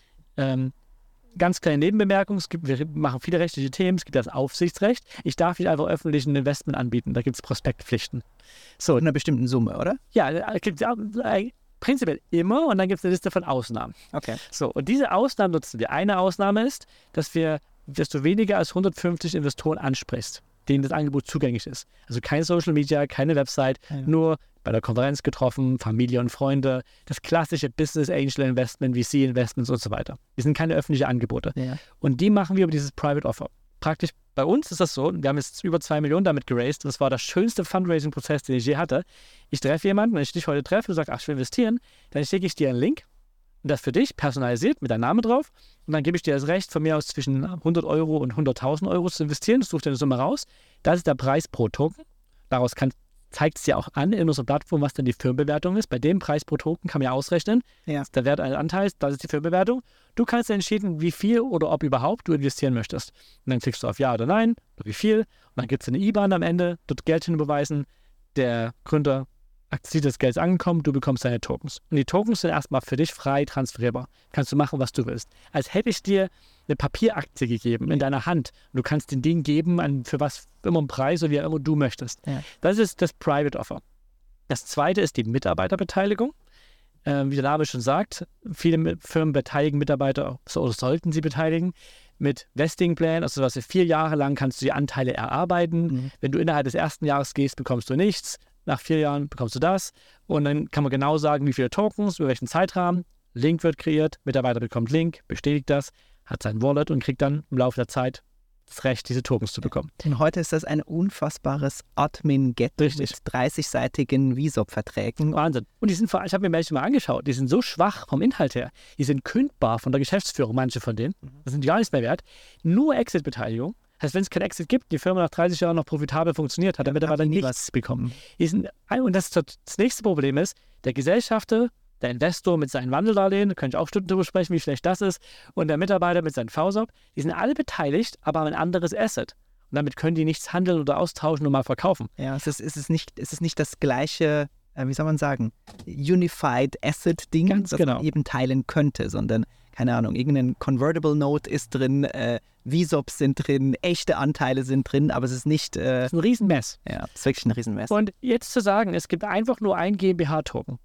Ähm, ganz kleine Nebenbemerkung, es gibt, wir machen viele rechtliche Themen, es gibt das Aufsichtsrecht. Ich darf nicht einfach öffentlich ein Investment anbieten, da gibt es Prospektpflichten. So, in einer bestimmten Summe, oder? Ja, es gibt äh, prinzipiell immer und dann gibt es eine Liste von Ausnahmen. Okay. So, und diese Ausnahmen nutzen wir. Eine Ausnahme ist, dass wir, desto weniger als hundertfünfzig Investoren ansprichst, denen das Angebot zugänglich ist. Also kein Social Media, keine Website, ja. Nur bei der Konferenz getroffen, Familie und Freunde, das klassische Business Angel Investment, V C Investments und so weiter. Die sind keine öffentlichen Angebote. Ja. Und die machen wir über dieses Private Offer. Praktisch bei uns ist das so, wir haben jetzt über zwei Millionen damit geraced und das war der schönste Fundraising-Prozess, den ich je hatte. Ich treffe jemanden, wenn ich dich heute treffe, du sagst, ach, ich will investieren, dann schicke ich dir einen Link und das für dich personalisiert mit deinem Namen drauf und dann gebe ich dir das Recht, von mir aus zwischen hundert Euro und hunderttausend Euro zu investieren. Das sucht dir eine Summe raus. Das ist der Preis pro Token. Daraus kann zeigt es ja auch an in unserer Plattform, was dann die Firmenbewertung ist. Bei dem Preis pro Token kann man ja ausrechnen. Ja. Das ist der Wert eines Anteils, das ist die Firmenbewertung. Du kannst entscheiden, wie viel oder ob überhaupt du investieren möchtest. Und dann klickst du auf Ja oder Nein, oder wie viel. Und dann gibt es eine I B A N am Ende, dort Geld hinüberweisen. Der Gründer sieht, das Geld ist angekommen, du bekommst deine Tokens. Und die Tokens sind erstmal für dich frei transferierbar. Kannst du machen, was du willst. Als hätte ich dir eine Papieraktie gegeben in deiner Hand. Und du kannst den Ding geben, an, für was immer einen Preis oder wie auch immer du möchtest. Ja. Das ist das Private Offer. Das zweite ist die Mitarbeiterbeteiligung. Ähm, wie der Name schon sagt, viele Firmen beteiligen Mitarbeiter oder sollten sie beteiligen mit Vesting-Plan, also was für vier Jahre lang kannst du die Anteile erarbeiten. Mhm. Wenn du innerhalb des ersten Jahres gehst, bekommst du nichts. Nach vier Jahren bekommst du das. Und dann kann man genau sagen, wie viele Tokens, über welchen Zeitrahmen. Link wird kreiert, Mitarbeiter bekommt Link, bestätigt das, hat sein Wallet und kriegt dann im Laufe der Zeit das Recht, diese Tokens zu bekommen. Und heute ist das ein unfassbares Admin-Get mit dreißigseitigen V S O P-Verträgen. Wahnsinn. Und die sind, ich habe mir manche mal angeschaut, die sind so schwach vom Inhalt her. Die sind kündbar von der Geschäftsführung, manche von denen. Das sind gar nichts mehr wert. Nur Exit-Beteiligung. Das heißt, wenn es kein Exit gibt, die Firma nach dreißig Jahren noch profitabel funktioniert, hat der Mitarbeiter nichts bekommen. Sind, und das, das nächste Problem ist, der Gesellschafter, der Investor mit seinen Wandeldarlehen, da kann ich auch Stunden darüber sprechen, wie schlecht das ist, und der Mitarbeiter mit seinem V S O P, die sind alle beteiligt, aber haben ein anderes Asset. Und damit können die nichts handeln oder austauschen und mal verkaufen. Ja, es ist, es ist, nicht, es ist nicht das gleiche, äh, wie soll man sagen, Unified Asset-Ding, Ganz das genau. man eben teilen könnte, sondern, keine Ahnung, irgendein Convertible Note ist drin, äh, V S O Ps sind drin, echte Anteile sind drin, aber es ist nicht... Äh, das ist ein Riesenmess. Ja, das ist wirklich ein Riesenmess. Und jetzt zu sagen, es gibt einfach nur ein GmbH-Token.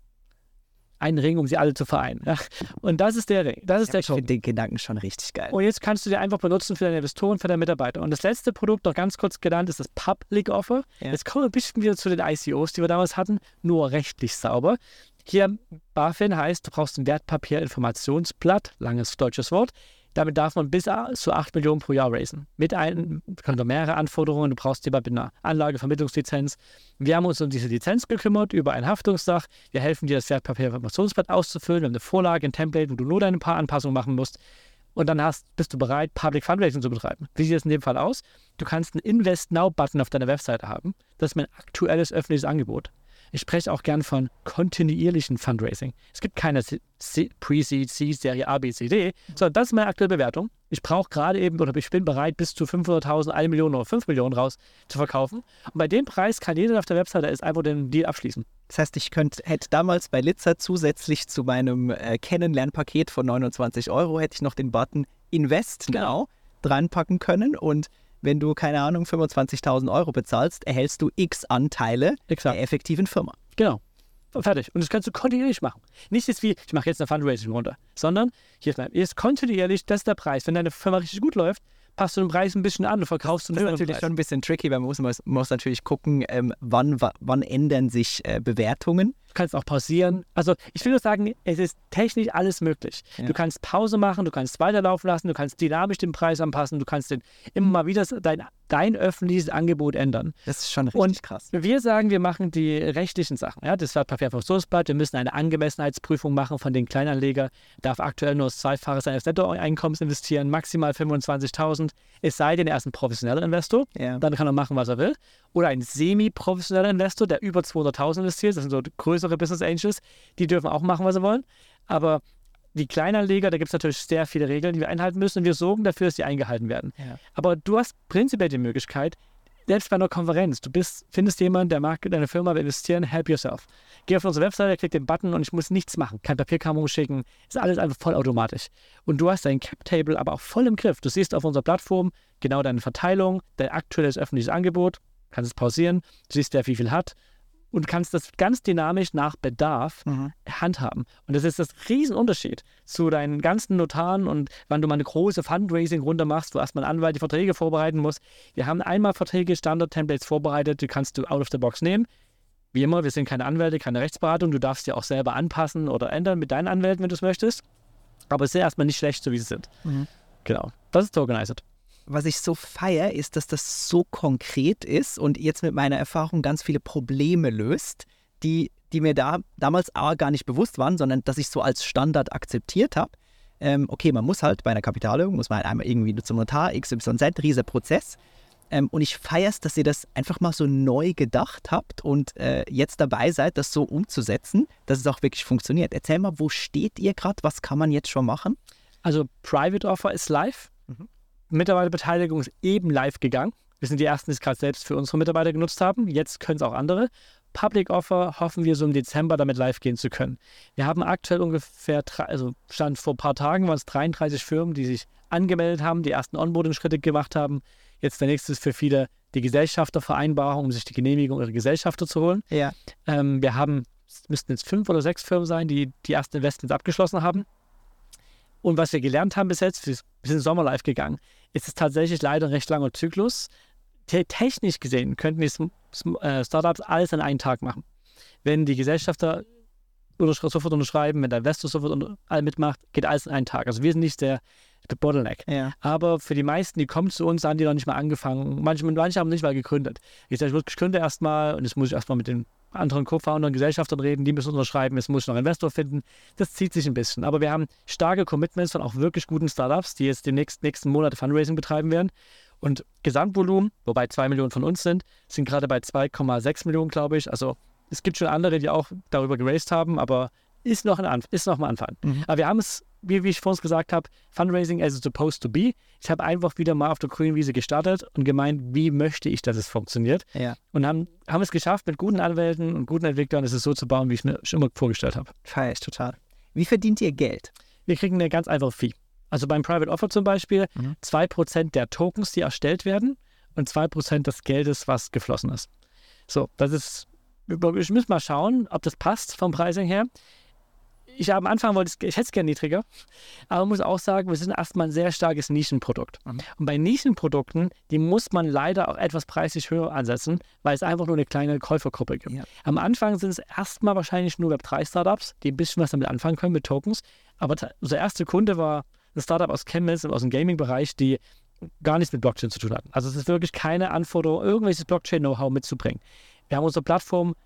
Einen Ring, um sie alle zu vereinen. Ja. Und das ist der Ring. Das ist ja, der ich finde den Gedanken schon richtig geil. Und jetzt kannst du den einfach benutzen für deine Investoren, für deine Mitarbeiter. Und das letzte Produkt, noch ganz kurz genannt, ist das Public Offer. Ja. Jetzt kommen wir ein bisschen wieder zu den I C Os, die wir damals hatten, nur rechtlich sauber. Hier, BaFin heißt, du brauchst ein Wertpapierinformationsblatt, langes deutsches Wort. Damit darf man bis zu acht Millionen pro Jahr raisen. Mit einem, können da mehrere Anforderungen, du brauchst lieber mit einer Anlagevermittlungslizenz. Wir haben uns um diese Lizenz gekümmert, über ein Haftungsdach. Wir helfen dir, das Wertpapierinformationsblatt auszufüllen. Wir haben eine Vorlage, ein Template, wo du nur deine paar Anpassungen machen musst. Und dann hast, bist du bereit, Public Fundraising zu betreiben. Wie sieht es in dem Fall aus? Du kannst einen Invest Now-Button auf deiner Webseite haben. Das ist mein aktuelles öffentliches Angebot. Ich spreche auch gern von kontinuierlichen Fundraising. Es gibt keine C- Pre-Seed, C-Serie A, B, C, D, sondern das ist meine aktuelle Bewertung. Ich brauche gerade eben, oder ich bin bereit, bis zu fünfhunderttausend, eine Million oder fünf Millionen raus zu verkaufen. Und bei dem Preis kann jeder auf der Webseite ist einfach den Deal abschließen. Das heißt, ich könnte, hätte damals bei Litzer zusätzlich zu meinem äh, Kennenlernpaket von neunundzwanzig Euro, hätte ich noch den Button Invest Now dranpacken können. Und wenn du, keine Ahnung, fünfundzwanzigtausend Euro bezahlst, erhältst du x Anteile Exakt. der effektiven Firma. Genau. Fertig. Und das kannst du kontinuierlich machen. Nicht jetzt wie, ich mache jetzt eine Fundraising-Runde, sondern hier ist, mein, hier ist kontinuierlich, das ist der Preis. Wenn deine Firma richtig gut läuft, passt du den Preis ein bisschen an, du verkaufst du Das ist natürlich schon ein bisschen tricky, weil man muss, man muss natürlich gucken, ähm, wann, wann ändern sich äh, Bewertungen. Du kannst auch pausieren. Also ich will nur sagen, es ist technisch alles möglich. Ja. Du kannst Pause machen, du kannst weiterlaufen lassen, du kannst dynamisch den Preis anpassen, du kannst den immer mal wieder dein, dein öffentliches Angebot ändern. Das ist schon richtig Und krass. wir sagen, wir machen die rechtlichen Sachen. Ja, das Wertpapierverstoßblatt, wir müssen eine Angemessenheitsprüfung machen von den Kleinanleger. Darf aktuell nur das Zweifache seines Nettoeinkommens investieren, maximal fünfundzwanzigtausend. Es sei denn, er ist ein professioneller Investor, Ja. dann kann er machen, was er will. Oder ein semi-professioneller Investor, der über zweihunderttausend investiert, das sind so größere Business Angels, die dürfen auch machen, was sie wollen. Aber die Kleinanleger, da gibt es natürlich sehr viele Regeln, die wir einhalten müssen und wir sorgen dafür, dass die eingehalten werden. Ja. Aber du hast prinzipiell die Möglichkeit, selbst bei einer Konferenz, du bist, findest jemanden, der mag deine Firma investieren, help yourself. Geh auf unsere Webseite, klick den Button und ich muss nichts machen. Kein Papierkram schicken, ist alles einfach vollautomatisch. Und du hast dein Cap-Table aber auch voll im Griff. Du siehst auf unserer Plattform genau deine Verteilung, dein aktuelles öffentliches Angebot, kannst es pausieren, du siehst, wer wie viel hat und kannst das ganz dynamisch nach Bedarf Mhm. handhaben. Und das ist das Riesenunterschied zu deinen ganzen Notaren und wann du mal eine große Fundraising-Runde machst, wo erstmal ein Anwalt die Verträge vorbereiten muss. Wir haben einmal Verträge, Standard-Templates vorbereitet, die kannst du out of the box nehmen. Wie immer, wir sind keine Anwälte, keine Rechtsberatung. Du darfst dir auch selber anpassen oder ändern mit deinen Anwälten, wenn du es möchtest. Aber es ist erstmal nicht schlecht, so wie sie sind. Mhm. Genau. Das ist Tokenized. Was ich so feiere, ist, dass das so konkret ist und jetzt mit meiner Erfahrung ganz viele Probleme löst, die, die mir da damals A, gar nicht bewusst waren, sondern dass ich so als Standard akzeptiert habe. Ähm, okay, man muss halt bei einer Kapitalerhöhung, muss man halt einmal irgendwie zum Notar, X Y Z, riesiger Prozess. Ähm, und ich feiere es, dass ihr das einfach mal so neu gedacht habt und äh, jetzt dabei seid, das so umzusetzen, dass es auch wirklich funktioniert. Erzähl mal, wo steht ihr gerade? Was kann man jetzt schon machen? Also Private Offer ist live. Mhm. Mitarbeiterbeteiligung ist eben live gegangen. Wir sind die Ersten, die es gerade selbst für unsere Mitarbeiter genutzt haben. Jetzt können es auch andere. Public Offer hoffen wir so im Dezember damit live gehen zu können. Wir haben aktuell ungefähr, also stand vor ein paar Tagen, waren es dreiunddreißig Firmen, die sich angemeldet haben, die ersten Onboarding-Schritte gemacht haben. Jetzt der nächste ist für viele die Gesellschaftervereinbarung, um sich die Genehmigung ihrer Gesellschafter zu holen. Ja. Ähm, wir haben, es müssten jetzt fünf oder sechs Firmen sein, die die ersten Investments abgeschlossen haben. Und was wir gelernt haben bis jetzt, wir sind im Sommer live gegangen, ist es tatsächlich leider ein recht langer Zyklus. Te- technisch gesehen könnten die Sm- Sm- äh, Startups alles an einem Tag machen. Wenn die Gesellschafter untersch- sofort unterschreiben, wenn der Investor sofort unter- all mitmacht, geht alles an einen Tag. Also wir sind nicht der, der Bottleneck. Ja. Aber für die meisten, die kommen zu uns, haben die noch nicht mal angefangen. Manche, manche haben nicht mal gegründet. Ich sage, ich gründe erstmal und jetzt muss ich erstmal mit den anderen Co-Foundern, Gesellschaftern reden, die müssen unterschreiben, jetzt muss ich noch einen Investor finden. Das zieht sich ein bisschen. Aber wir haben starke Commitments von auch wirklich guten Startups, die jetzt die nächsten, nächsten Monate Fundraising betreiben werden. Und Gesamtvolumen, wobei zwei Millionen von uns sind, sind gerade bei zwei Komma sechs Millionen, glaube ich. Also es gibt schon andere, die auch darüber geraced haben, aber ist noch ein Anf- ist noch mal Anfang. Mhm. Aber wir haben es, wie, wie ich vorhin gesagt habe, Fundraising as it's supposed to be. Ich habe einfach wieder mal auf der grünen Wiese gestartet und gemeint, wie möchte ich, dass es funktioniert. Ja. Und haben, haben es geschafft, mit guten Anwälten und guten Entwicklern es so zu bauen, wie ich mir schon immer vorgestellt habe. Feier ich total. Wie verdient ihr Geld? Wir kriegen eine ganz einfache Fee. Also beim Private Offer zum Beispiel, Mhm. zwei Prozent der Tokens, die erstellt werden und zwei Prozent des Geldes, was geflossen ist. So, das ist, ich muss mal schauen, ob das passt vom Pricing her. Ich am Anfang wollte ich, ich hätte es gerne niedriger, aber muss auch sagen, wir sind erstmal ein sehr starkes Nischenprodukt. Mhm. Und bei Nischenprodukten, die muss man leider auch etwas preislich höher ansetzen, weil es einfach nur eine kleine Käufergruppe gibt. Ja. Am Anfang sind es erstmal wahrscheinlich nur Web drei Startups, die ein bisschen was damit anfangen können mit Tokens. Aber ta- unser erster Kunde war ein Startup aus Chemnitz, aus dem Gaming-Bereich, die gar nichts mit Blockchain zu tun hatten. Also es ist wirklich keine Anforderung, irgendwelches Blockchain-Know-how mitzubringen. Wir haben unsere Plattform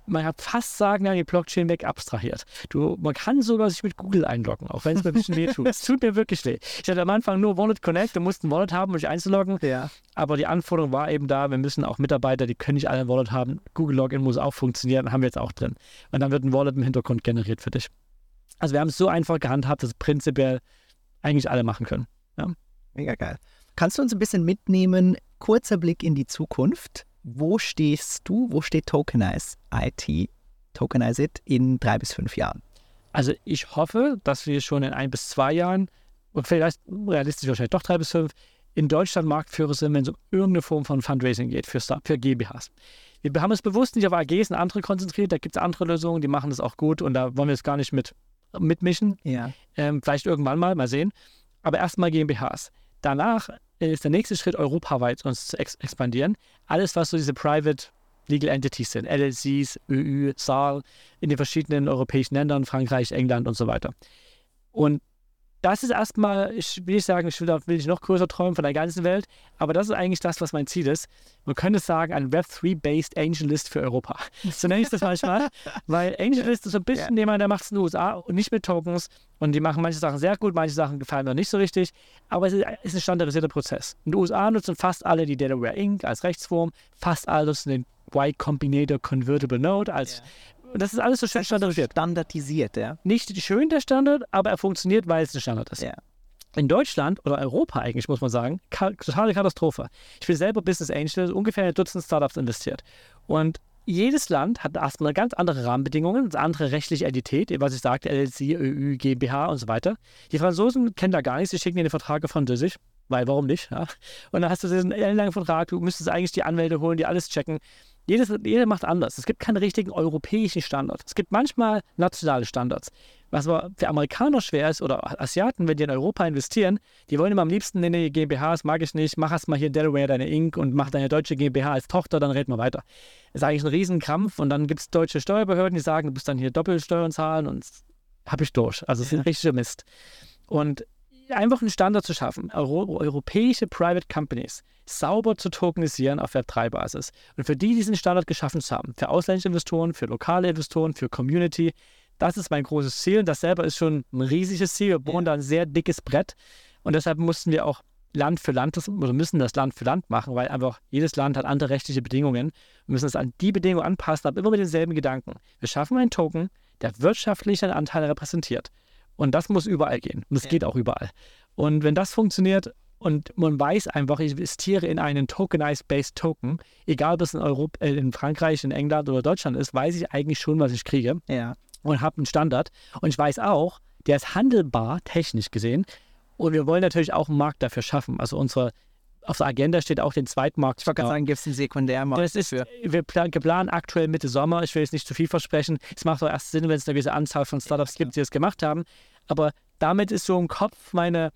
man kann fast sagen, ja, die Blockchain weg abstrahiert. Du, man kann sogar sich mit Google einloggen, auch wenn es mir ein bisschen weh tut. Es tut mir wirklich weh. Ich hatte am Anfang nur Wallet Connect, du musst ein Wallet haben, um dich einzuloggen. Ja. Aber die Anforderung war eben da, wir müssen auch Mitarbeiter, die können nicht alle ein Wallet haben. Google Login muss auch funktionieren, haben wir jetzt auch drin. Und dann wird ein Wallet im Hintergrund generiert für dich. Also wir haben es so einfach gehandhabt, dass es prinzipiell eigentlich alle machen können. Ja. Mega geil. Kannst du uns ein bisschen mitnehmen, kurzer Blick in die Zukunft. Wo stehst du, wo steht Tokenize I T, Tokenize It in drei bis fünf Jahren? Also ich hoffe, dass wir schon in ein bis zwei Jahren, und vielleicht realistisch wahrscheinlich doch drei bis fünf, in Deutschland Marktführer sind, wenn es um irgendeine Form von Fundraising geht für, Start, für G b Hs. Wir haben es bewusst nicht auf A Gs und andere konzentriert, da gibt es andere Lösungen, die machen das auch gut und da wollen wir es gar nicht mit mitmischen. Ja. Ähm, vielleicht irgendwann mal, mal sehen. Aber erstmal G m b Hs. Danach ist der nächste Schritt, europaweit uns zu ex- expandieren. Alles, was so diese Private Legal Entities sind, L L Cs, Ö Ü, S A L, in den verschiedenen europäischen Ländern, Frankreich, England und so weiter. Und das ist erstmal, ich will nicht sagen, ich will, will ich noch größer träumen von der ganzen Welt, aber das ist eigentlich das, was mein Ziel ist. Man könnte sagen, ein Web drei based AngelList für Europa. So nenne ich das manchmal, weil AngelList ist so ein bisschen ja. jemand, der macht es in den U S A und nicht mit Tokens und die machen manche Sachen sehr gut, manche Sachen gefallen mir nicht so richtig, aber es ist, ist ein standardisierter Prozess. In den U S A nutzen fast alle die Delaware Incorporated als Rechtsform, fast alle nutzen den Y Combinator Convertible Note als ja. Das ist alles so schön standardisiert. Standardisiert, ja. Nicht schön der Standard, aber er funktioniert, weil es ein Standard ist. Ja. In Deutschland oder Europa eigentlich, muss man sagen, ka- totale Katastrophe. Ich bin selber Business Angel, ungefähr ein Dutzend Startups investiert. Und jedes Land hat erstmal ganz andere Rahmenbedingungen, eine andere rechtliche Entität, was ich sagte, L L C, Ö Ü, GmbH und so weiter. Die Franzosen kennen da gar nichts, sie schicken dir den Vertrag auf Französisch, weil warum nicht? Ja? Und dann hast du diesen ellenlangen Vertrag, du müsstest eigentlich die Anwälte holen, die alles checken. Jedes, jeder macht anders. Es gibt keinen richtigen europäischen Standard. Es gibt manchmal nationale Standards. Was aber für Amerikaner schwer ist oder Asiaten, wenn die in Europa investieren, die wollen immer am liebsten in die GmbHs, mag ich nicht, mach erst mal hier in Delaware deine Inc und mach deine deutsche GmbH als Tochter, dann reden wir weiter. Das ist eigentlich ein Riesenkrampf und dann gibt es deutsche Steuerbehörden, die sagen, du musst dann hier Doppelsteuern zahlen und hab ich durch. Also es ist ein richtiger Mist. Und einfach einen Standard zu schaffen, Euro- europäische Private Companies sauber zu tokenisieren auf Web drei Basis. Und für die diesen Standard geschaffen zu haben, für ausländische Investoren, für lokale Investoren, für Community, das ist mein großes Ziel. Das selber ist schon ein riesiges Ziel. Wir bohren ja. da ein sehr dickes Brett. Und deshalb mussten wir auch Land für Land, das, oder müssen das Land für Land machen, weil einfach jedes Land hat andere rechtliche Bedingungen. Wir müssen es an die Bedingungen anpassen, aber immer mit denselben Gedanken. Wir schaffen einen Token, der wirtschaftlich einen Anteil repräsentiert. Und das muss überall gehen. Und das ja. geht auch überall. Und wenn das funktioniert und man weiß einfach, ich investiere in einen Tokenized-Based Token, egal ob es in, Europa, äh, in Frankreich, in England oder Deutschland ist, weiß ich eigentlich schon, was ich kriege. Ja. Und habe einen Standard. Und ich weiß auch, der ist handelbar, technisch gesehen. Und wir wollen natürlich auch einen Markt dafür schaffen. Also unsere, auf der Agenda steht auch den Zweitmarkt. Ich wollte gerade sagen, gibt es einen Sekundärmarkt das ist, für. Wir plan, planen aktuell Mitte Sommer. Ich will jetzt nicht zu viel versprechen. Es macht auch erst Sinn, wenn es eine gewisse Anzahl von Startups ja, gibt, die das gemacht haben. Aber damit ist so im Kopf meine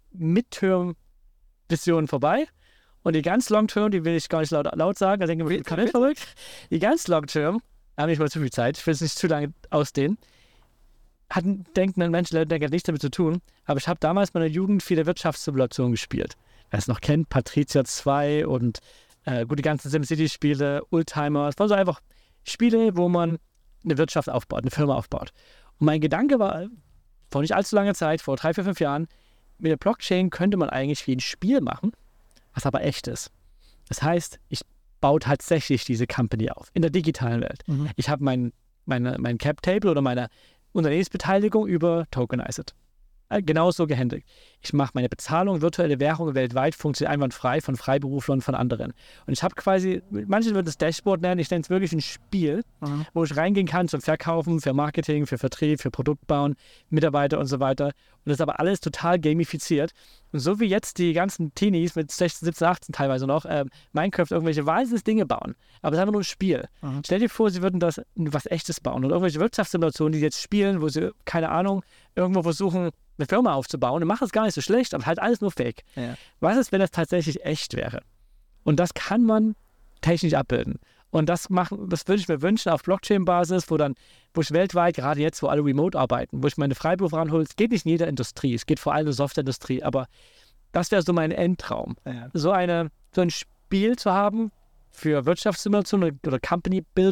Midterm-Vision vorbei. Und die ganz Long-Term, die will ich gar nicht laut, laut sagen, da denke ich, ich bin verrückt. Die ganz Long-Term, da habe ich mal zu viel Zeit, ich will es nicht zu lange ausdehnen, hat, denken ein Mensch, der hat nichts damit zu tun, aber ich habe damals in meiner Jugend viele Wirtschaftssimulationen gespielt. Wer es noch kennt, Patrizia zwei und äh, gut, die ganzen SimCity-Spiele, Oldtimer, es waren so einfach Spiele, wo man eine Wirtschaft aufbaut, eine Firma aufbaut. Und mein Gedanke war, vor nicht allzu langer Zeit, vor drei, vier, fünf Jahren, mit der Blockchain könnte man eigentlich wie ein Spiel machen, was aber echt ist. Das heißt, ich baue tatsächlich diese Company auf, in der digitalen Welt. Mhm. Ich habe mein, meine, mein Cap-Table oder meine Unternehmensbeteiligung über Tokenized. Genauso gehandelt. Ich mache meine Bezahlung, virtuelle Währungen weltweit, funktioniert einwandfrei von Freiberuflern und von anderen. Und ich habe quasi, manche würden das Dashboard nennen, ich nenne es wirklich ein Spiel, mhm. wo ich reingehen kann zum Verkaufen, für Marketing, für Vertrieb, für Produktbauen, Mitarbeiter und so weiter. Und das ist aber alles total gamifiziert. Und so wie jetzt die ganzen Teenies mit sechzehn, siebzehn, achtzehn teilweise noch, äh, Minecraft irgendwelche wahnsinns Dinge bauen. Aber es ist einfach nur ein Spiel. Mhm. Stell dir vor, sie würden das was Echtes bauen oder irgendwelche Wirtschaftssimulationen, die sie jetzt spielen, wo sie, keine Ahnung, irgendwo versuchen, eine Firma aufzubauen und machen es gar nicht so schlecht, aber halt alles nur Fake. Ja. Was ist, wenn das tatsächlich echt wäre? Und das kann man technisch abbilden. Und das machen, das würde ich mir wünschen auf Blockchain-Basis, wo dann, wo ich weltweit, gerade jetzt, wo alle remote arbeiten, wo ich meine Freiberufe ranhole, es geht nicht in jeder Industrie, es geht vor allem in der Softwareindustrie, aber das wäre so mein Endtraum. Ja. So, eine, so ein Spiel zu haben für Wirtschaftssimulation oder Company Building,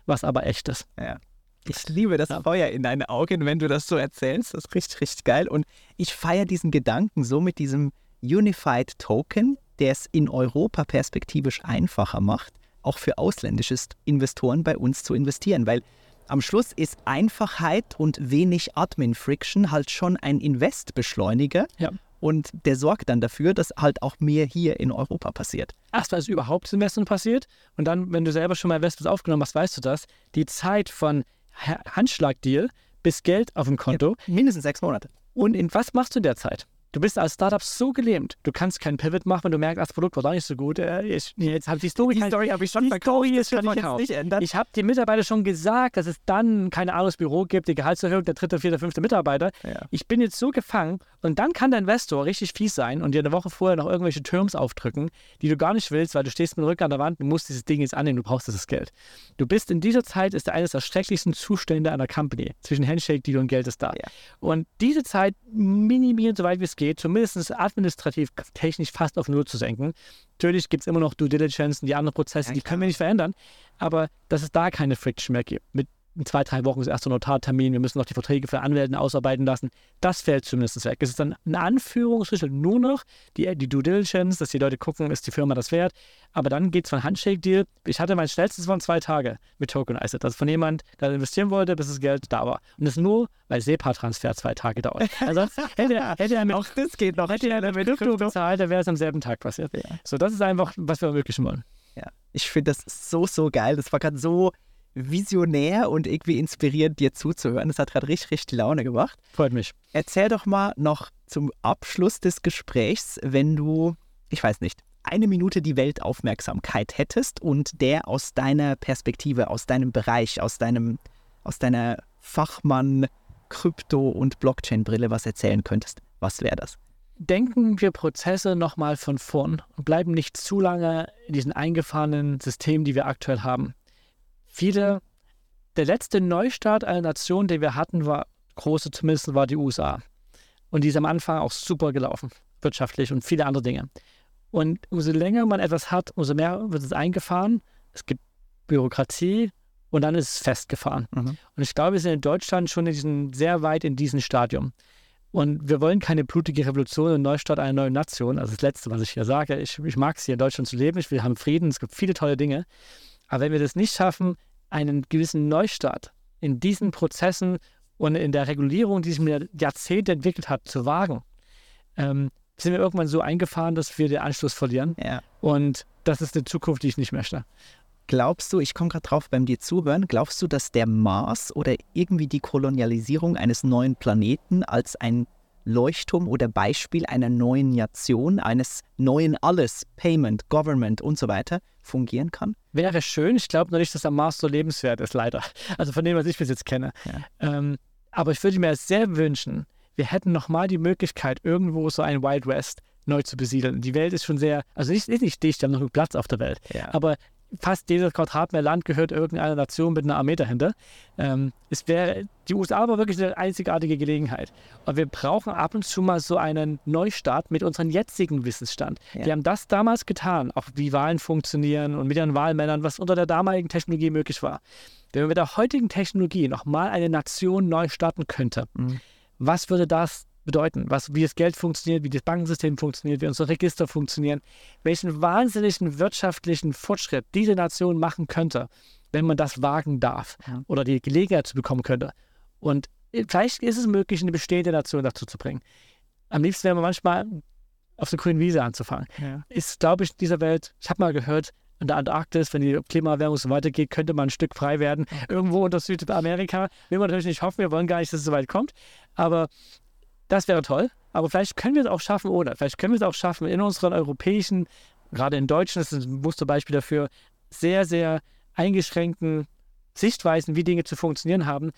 was aber echt ist. Ja. Ich liebe das Feuer in deinen Augen, wenn du das so erzählst. Das ist richtig, richtig geil. Und ich feiere diesen Gedanken so mit diesem Unified Token, der es in Europa perspektivisch einfacher macht, auch für ausländische Investoren bei uns zu investieren. Weil am Schluss ist Einfachheit und wenig Admin-Friction halt schon ein Investbeschleuniger. Ja. Und der sorgt dann dafür, dass halt auch mehr hier in Europa passiert. Erstmal ist überhaupt das Investment passiert. Und dann, wenn du selber schon mal Investments aufgenommen hast, weißt du das. Die Zeit von Handschlagdeal bis Geld auf dem Konto. Ja, mindestens sechs Monate. Und in was machst du in der Zeit? Du bist als Startup so gelähmt. Du kannst keinen Pivot machen, wenn du merkst, das Produkt war doch nicht so gut. Äh, ich, jetzt hab die Story, die Story habe ich schon die verkauft. Story ist schon das kann ich verkauft. jetzt nicht ändern. Ich habe den Mitarbeitern schon gesagt, dass es dann keine Ahnung, das Büro gibt, die Gehaltserhöhung, der dritte, vierte, fünfte Mitarbeiter. Ja. Ich bin jetzt so gefangen und dann kann der Investor richtig fies sein und dir eine Woche vorher noch irgendwelche Terms aufdrücken, die du gar nicht willst, weil du stehst mit dem Rücken an der Wand, du musst dieses Ding jetzt annehmen, du brauchst dieses Geld. Du bist in dieser Zeit, ist eines der schrecklichsten Zustände einer Company. Zwischen Handshake, Deal und Geld ist da. Ja. Und diese Zeit minimieren, soweit wie es geht, zumindest administrativ, technisch fast auf Null zu senken. Natürlich gibt es immer noch Due Diligence und die anderen Prozesse, Ja, die klar. können wir nicht verändern, aber dass es da keine Friction mehr gibt. Mit in zwei, drei Wochen ist erst der Notartermin, wir müssen noch die Verträge für Anwälte ausarbeiten lassen. Das fällt zumindest weg. Es ist dann in Anführungsstrichen nur noch die, die Due Diligence, dass die Leute gucken, ist die Firma das wert. Aber dann geht es von Handshake-Deal. Ich hatte mein schnellstes von zwei Tage mit Tokenized. Also von jemand, der investieren wollte, bis das Geld da war. Und das nur, weil SEPA-Transfer zwei Tage dauert. Also hätte, er- hätte er mit, Auch das geht noch. hätte er mit Krypto bezahlt, dann wäre es am selben Tag passiert. Ja. So, das ist einfach, was wir ermöglichen wollen. Ja. Ich finde das so, so geil. Das war gerade so visionär und irgendwie inspirierend, dir zuzuhören. Das hat gerade richtig, richtig Laune gemacht. Freut mich. Erzähl doch mal noch zum Abschluss des Gesprächs, wenn du, ich weiß nicht, eine Minute die Weltaufmerksamkeit hättest und der aus deiner Perspektive, aus deinem Bereich, aus deinem, aus deiner Fachmann, Krypto- und Blockchain-Brille was erzählen könntest. Was wäre das? Denken wir Prozesse nochmal von vorn und bleiben nicht zu lange in diesen eingefahrenen Systemen, die wir aktuell haben. Viele, der letzte Neustart einer Nation, den wir hatten, war, große zumindest, war die U S A. Und die ist am Anfang auch super gelaufen, wirtschaftlich und viele andere Dinge. Und umso länger man etwas hat, umso mehr wird es eingefahren. Es gibt Bürokratie und dann ist es festgefahren. Mhm. Und ich glaube, wir sind in Deutschland schon in diesem, sehr weit in diesem Stadium. Und wir wollen keine blutige Revolution und Neustart einer neuen Nation. Also das Letzte, was ich hier sage. Ich, ich mag es hier in Deutschland zu leben. Ich will haben Frieden. Es gibt viele tolle Dinge. Aber wenn wir das nicht schaffen, einen gewissen Neustart in diesen Prozessen und in der Regulierung, die sich mit Jahrzehnten entwickelt hat, zu wagen, ähm, sind wir irgendwann so eingefahren, dass wir den Anschluss verlieren. Ja. Und das ist eine Zukunft, die ich nicht möchte. Glaubst du, ich komme gerade drauf beim dir zuhören, glaubst du, dass der Mars oder irgendwie die Kolonialisierung eines neuen Planeten als ein Leuchtturm oder Beispiel einer neuen Nation, eines neuen Alles, Payment, Government und so weiter fungieren kann? Wäre schön. Ich glaube noch nicht, dass der Mars so lebenswert ist, leider. Also von dem, was ich bis jetzt kenne. Ja. Ähm, aber ich würde mir sehr wünschen, wir hätten nochmal die Möglichkeit, irgendwo so ein Wild West neu zu besiedeln. Die Welt ist schon sehr, also nicht, ist nicht dicht, wir haben noch genug Platz auf der Welt. Ja. Aber fast jedes Quadratmeter Land gehört irgendeiner Nation mit einer Armee dahinter. Ähm, es wäre, die U S A war wirklich eine einzigartige Gelegenheit. Und wir brauchen ab und zu mal so einen Neustart mit unserem jetzigen Wissensstand. Ja. Wir haben das damals getan, auch wie Wahlen funktionieren und mit den Wahlmännern, was unter der damaligen Technologie möglich war. Wenn wir mit der heutigen Technologie nochmal eine Nation neu starten könnte, Mhm. was würde das bedeuten? Was, wie das Geld funktioniert, wie das Bankensystem funktioniert, wie unsere Register funktionieren, welchen wahnsinnigen wirtschaftlichen Fortschritt diese Nation machen könnte, wenn man das wagen darf Ja. oder die Gelegenheit zu bekommen könnte. Und vielleicht ist es möglich, eine bestehende Nation dazu zu bringen. Am liebsten wäre man manchmal auf der grünen Wiese anzufangen. Ja. Ist, glaube ich, in dieser Welt, ich habe mal gehört, in der Antarktis, wenn die Klimaerwärmung so weitergeht, könnte man ein Stück frei werden. Irgendwo unter Südamerika. Will man natürlich nicht hoffen, wir wollen gar nicht, dass es so weit kommt. Aber das wäre toll. Aber vielleicht können wir es auch schaffen ohne. Vielleicht können wir es auch schaffen in unseren europäischen, gerade in Deutschland, das ist ein Musterbeispiel dafür, sehr, sehr eingeschränkten Sichtweisen, wie Dinge zu funktionieren haben,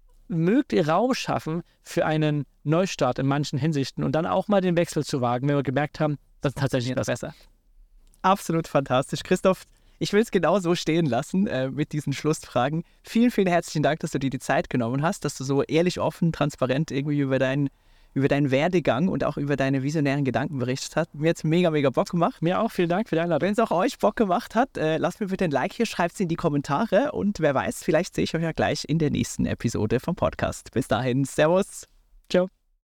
mögt ihr Raum schaffen für einen Neustart in manchen Hinsichten und dann auch mal den Wechsel zu wagen, wenn wir gemerkt haben, das ist tatsächlich das besser. Absolut fantastisch. Christoph, ich will es genau so stehen lassen äh, mit diesen Schlussfragen. Vielen, vielen herzlichen Dank, dass du dir die Zeit genommen hast, dass du so ehrlich, offen, transparent irgendwie über dein, über deinen Werdegang und auch über deine visionären Gedanken berichtet hast. Mir hat es mega, mega Bock gemacht. Mir auch, vielen Dank für die Einladung. Wenn es auch euch Bock gemacht hat, äh, lasst mir bitte ein Like hier, schreibt es in die Kommentare und wer weiß, vielleicht sehe ich euch ja gleich in der nächsten Episode vom Podcast. Bis dahin, Servus. Ciao.